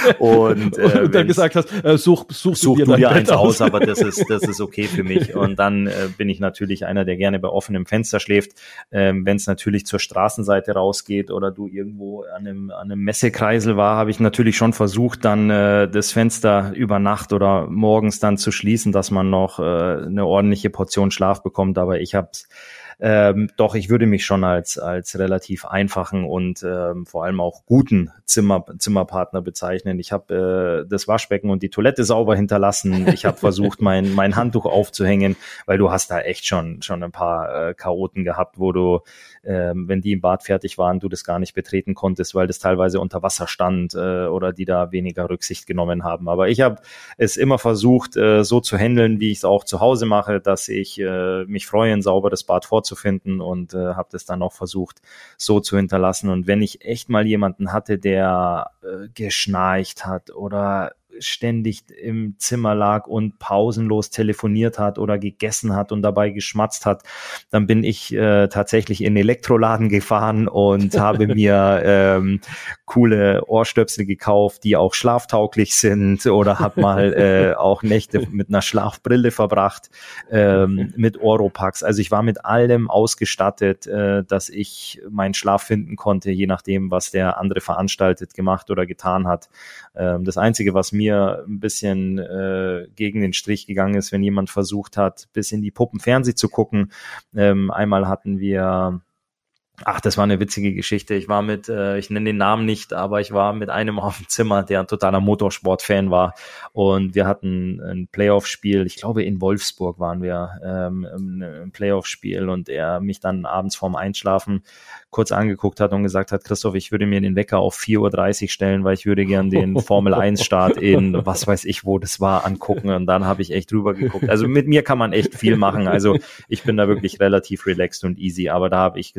Speaker 3: Und, äh,
Speaker 4: und dann gesagt hast, äh, such, such,
Speaker 3: such
Speaker 4: du
Speaker 3: dir, dir
Speaker 4: eins
Speaker 3: aus, aber das ist, das ist okay für mich. Und dann äh, bin ich natürlich einer, der gerne bei offenem Fenster schläft. Ähm, wenn es natürlich zur Straßenseite raus geht oder du irgendwo an einem, an einem Messekreisel war, habe ich natürlich schon versucht, dann äh, das Fenster über Nacht oder morgens dann zu schließen, dass man noch äh, eine ordentliche Portion Schlaf bekommt. Aber ich habe es Ähm, doch, ich würde mich schon als als relativ einfachen und ähm, vor allem auch guten Zimmer, Zimmerpartner bezeichnen. Ich habe äh, das Waschbecken und die Toilette sauber hinterlassen. Ich habe versucht, mein mein Handtuch aufzuhängen, weil du hast da echt schon schon ein paar äh, Chaoten gehabt, wo du, ähm, wenn die im Bad fertig waren, du das gar nicht betreten konntest, weil das teilweise unter Wasser stand äh, oder die da weniger Rücksicht genommen haben. Aber ich habe es immer versucht, äh, so zu handeln, wie ich es auch zu Hause mache, dass ich äh, mich freue, ein sauberes Bad vorzufinden und äh, habe das dann auch versucht, so zu hinterlassen. Und wenn ich echt mal jemanden hatte, der äh, geschnarcht hat oder ständig im Zimmer lag und pausenlos telefoniert hat oder gegessen hat und dabei geschmatzt hat, dann bin ich äh, tatsächlich in den Elektroladen gefahren und habe mir ähm, coole Ohrstöpsel gekauft, die auch schlaftauglich sind oder habe mal äh, auch Nächte mit einer Schlafbrille verbracht, ähm, mit Oropax. Also ich war mit allem ausgestattet, äh, dass ich meinen Schlaf finden konnte, je nachdem, was der andere veranstaltet, gemacht oder getan hat. Ähm, das Einzige, was mir ein bisschen äh, gegen den Strich gegangen ist, wenn jemand versucht hat, bis in die Puppen Fernsehen zu gucken. Ähm, einmal hatten wir Ach, das war eine witzige Geschichte. Ich war mit, äh, ich nenne den Namen nicht, aber ich war mit einem auf dem Zimmer, der ein totaler Motorsport-Fan war. Und wir hatten ein Playoff-Spiel, ich glaube in Wolfsburg waren wir, ähm, ein Playoff-Spiel und er mich dann abends vorm Einschlafen kurz angeguckt hat und gesagt hat, Christoph, ich würde mir den Wecker auf vier Uhr dreißig stellen, weil ich würde gern den Formel eins Start in, was weiß ich, wo das war, angucken. Und dann habe ich echt drüber geguckt. Also mit mir kann man echt viel machen. Also ich bin da wirklich relativ relaxed und easy. Aber da habe ich gesagt, also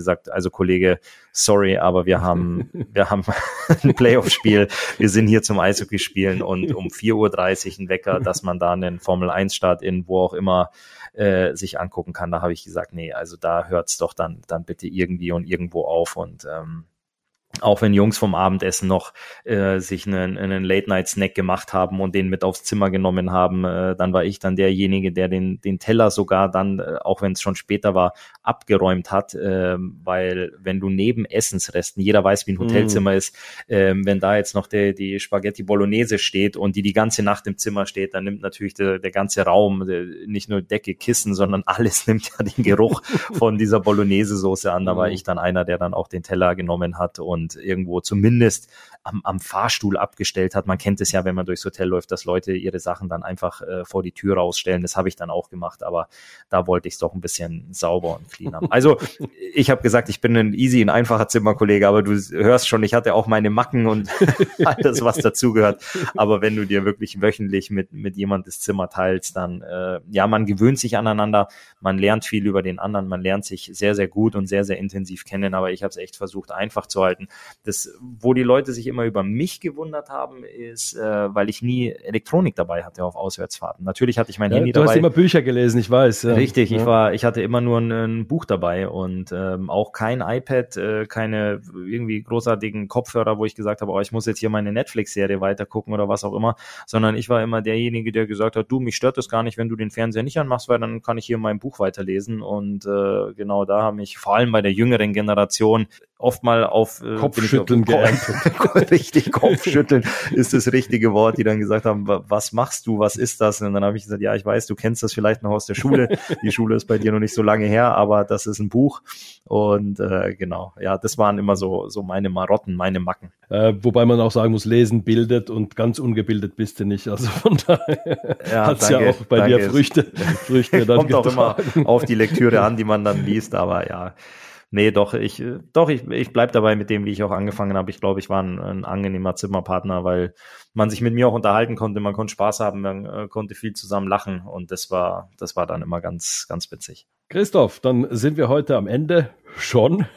Speaker 3: also Kollege, sorry, aber wir haben, wir haben ein Playoff-Spiel, wir sind hier zum Eishockey spielen und um vier Uhr dreißig ein Wecker, dass man da einen Formel eins Start in wo auch immer äh, sich angucken kann. Da habe ich gesagt, nee, also da hört's doch dann, dann bitte irgendwie und irgendwo auf und ähm, auch wenn Jungs vom Abendessen noch äh, sich einen, einen Late-Night-Snack gemacht haben und den mit aufs Zimmer genommen haben, äh, dann war ich dann derjenige, der den den Teller sogar dann, äh, auch wenn es schon später war, abgeräumt hat, äh, weil wenn du neben Essensresten, jeder weiß, wie ein Hotelzimmer mm. ist, äh, wenn da jetzt noch der, die Spaghetti Bolognese steht und die die ganze Nacht im Zimmer steht, dann nimmt natürlich der, der ganze Raum, der, nicht nur Decke, Kissen, sondern alles nimmt ja den Geruch von dieser Bolognese-Soße an. Da war ich dann einer, der dann auch den Teller genommen hat und irgendwo zumindest am, am Fahrstuhl abgestellt hat. Man kennt es ja, wenn man durchs Hotel läuft, dass Leute ihre Sachen dann einfach äh, vor die Tür rausstellen. Das habe ich dann auch gemacht, aber da wollte ich es doch ein bisschen sauber und clean haben. Also ich habe gesagt, ich bin ein easy, ein einfacher Zimmerkollege, aber du hörst schon, ich hatte auch meine Macken und alles, was dazugehört. Aber wenn du dir wirklich wöchentlich mit mit jemand das Zimmer teilst, dann äh, ja, man gewöhnt sich aneinander, man lernt viel über den anderen, man lernt sich sehr, sehr gut und sehr, sehr intensiv kennen, aber ich habe es echt versucht, einfach zu halten. Das, wo die Leute sich immer über mich gewundert haben, ist, äh, weil ich nie Elektronik dabei hatte auf Auswärtsfahrten. Natürlich hatte ich mein
Speaker 4: ja,
Speaker 3: Handy
Speaker 4: du
Speaker 3: dabei.
Speaker 4: Du hast immer Bücher gelesen, ich weiß. Ja.
Speaker 3: Richtig,
Speaker 4: ja.
Speaker 3: ich war, ich hatte immer nur ein, ein Buch dabei und ähm, auch kein iPad, äh, keine irgendwie großartigen Kopfhörer, wo ich gesagt habe, oh, ich muss jetzt hier meine Netflix-Serie weitergucken oder was auch immer, sondern ich war immer derjenige, der gesagt hat, du, mich stört das gar nicht, wenn du den Fernseher nicht anmachst, weil dann kann ich hier mein Buch weiterlesen und äh, genau da haben mich vor allem bei der jüngeren Generation oft mal auf äh,
Speaker 4: Kopfschütteln
Speaker 3: geerntet. Richtig, Kopfschütteln ist das richtige Wort, die dann gesagt haben, was machst du, was ist das? Und dann habe ich gesagt, ja, ich weiß, du kennst das vielleicht noch aus der Schule. Die Schule ist bei dir noch nicht so lange her, aber das ist ein Buch. Und äh, genau, ja, das waren immer so so meine Marotten, meine Macken.
Speaker 4: Äh, wobei man auch sagen muss, lesen bildet und ganz ungebildet bist du nicht. Also von daher
Speaker 3: ja,
Speaker 4: hat es ja auch bei
Speaker 3: danke.
Speaker 4: dir Früchte, Früchte dann
Speaker 3: kommt getragen. Auch immer auf die Lektüre an, die man dann liest, aber ja. Nee, doch, ich, doch, ich, ich bleib dabei mit dem, wie ich auch angefangen habe. Ich glaube, ich war ein, ein angenehmer Zimmerpartner, weil man sich mit mir auch unterhalten konnte, man konnte Spaß haben, man äh, konnte viel zusammen lachen und das war, das war dann immer ganz, ganz witzig.
Speaker 4: Christoph, dann sind wir heute am Ende schon.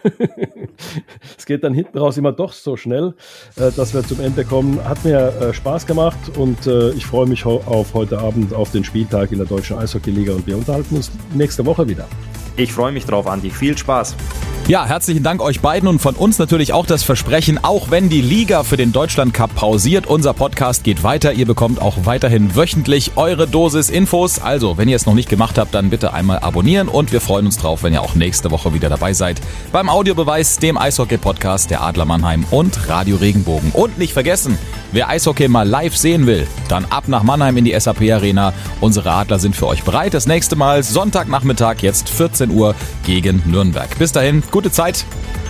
Speaker 4: Es geht dann hinten raus immer doch so schnell, äh, dass wir zum Ende kommen. Hat mir äh, Spaß gemacht und äh, ich freue mich ho- auf heute Abend auf den Spieltag in der Deutschen Eishockey-Liga und wir unterhalten uns nächste Woche wieder.
Speaker 3: Ich freue mich drauf, Andi. Viel Spaß.
Speaker 2: Ja, herzlichen Dank euch beiden und von uns natürlich auch das Versprechen, auch wenn die Liga für den Deutschland Cup pausiert, unser Podcast geht weiter. Ihr bekommt auch weiterhin wöchentlich eure Dosis Infos. Also, wenn ihr es noch nicht gemacht habt, dann bitte einmal abonnieren und wir freuen uns drauf, wenn ihr auch nächste Woche wieder dabei seid beim Audiobeweis, dem Eishockey-Podcast der Adler Mannheim und Radio Regenbogen. Und nicht vergessen, wer Eishockey mal live sehen will, dann ab nach Mannheim in die S A P Arena. Unsere Adler sind für euch bereit. Das nächste Mal Sonntagnachmittag, jetzt vierzehn Uhr gegen Nürnberg. Bis dahin, gute Zeit.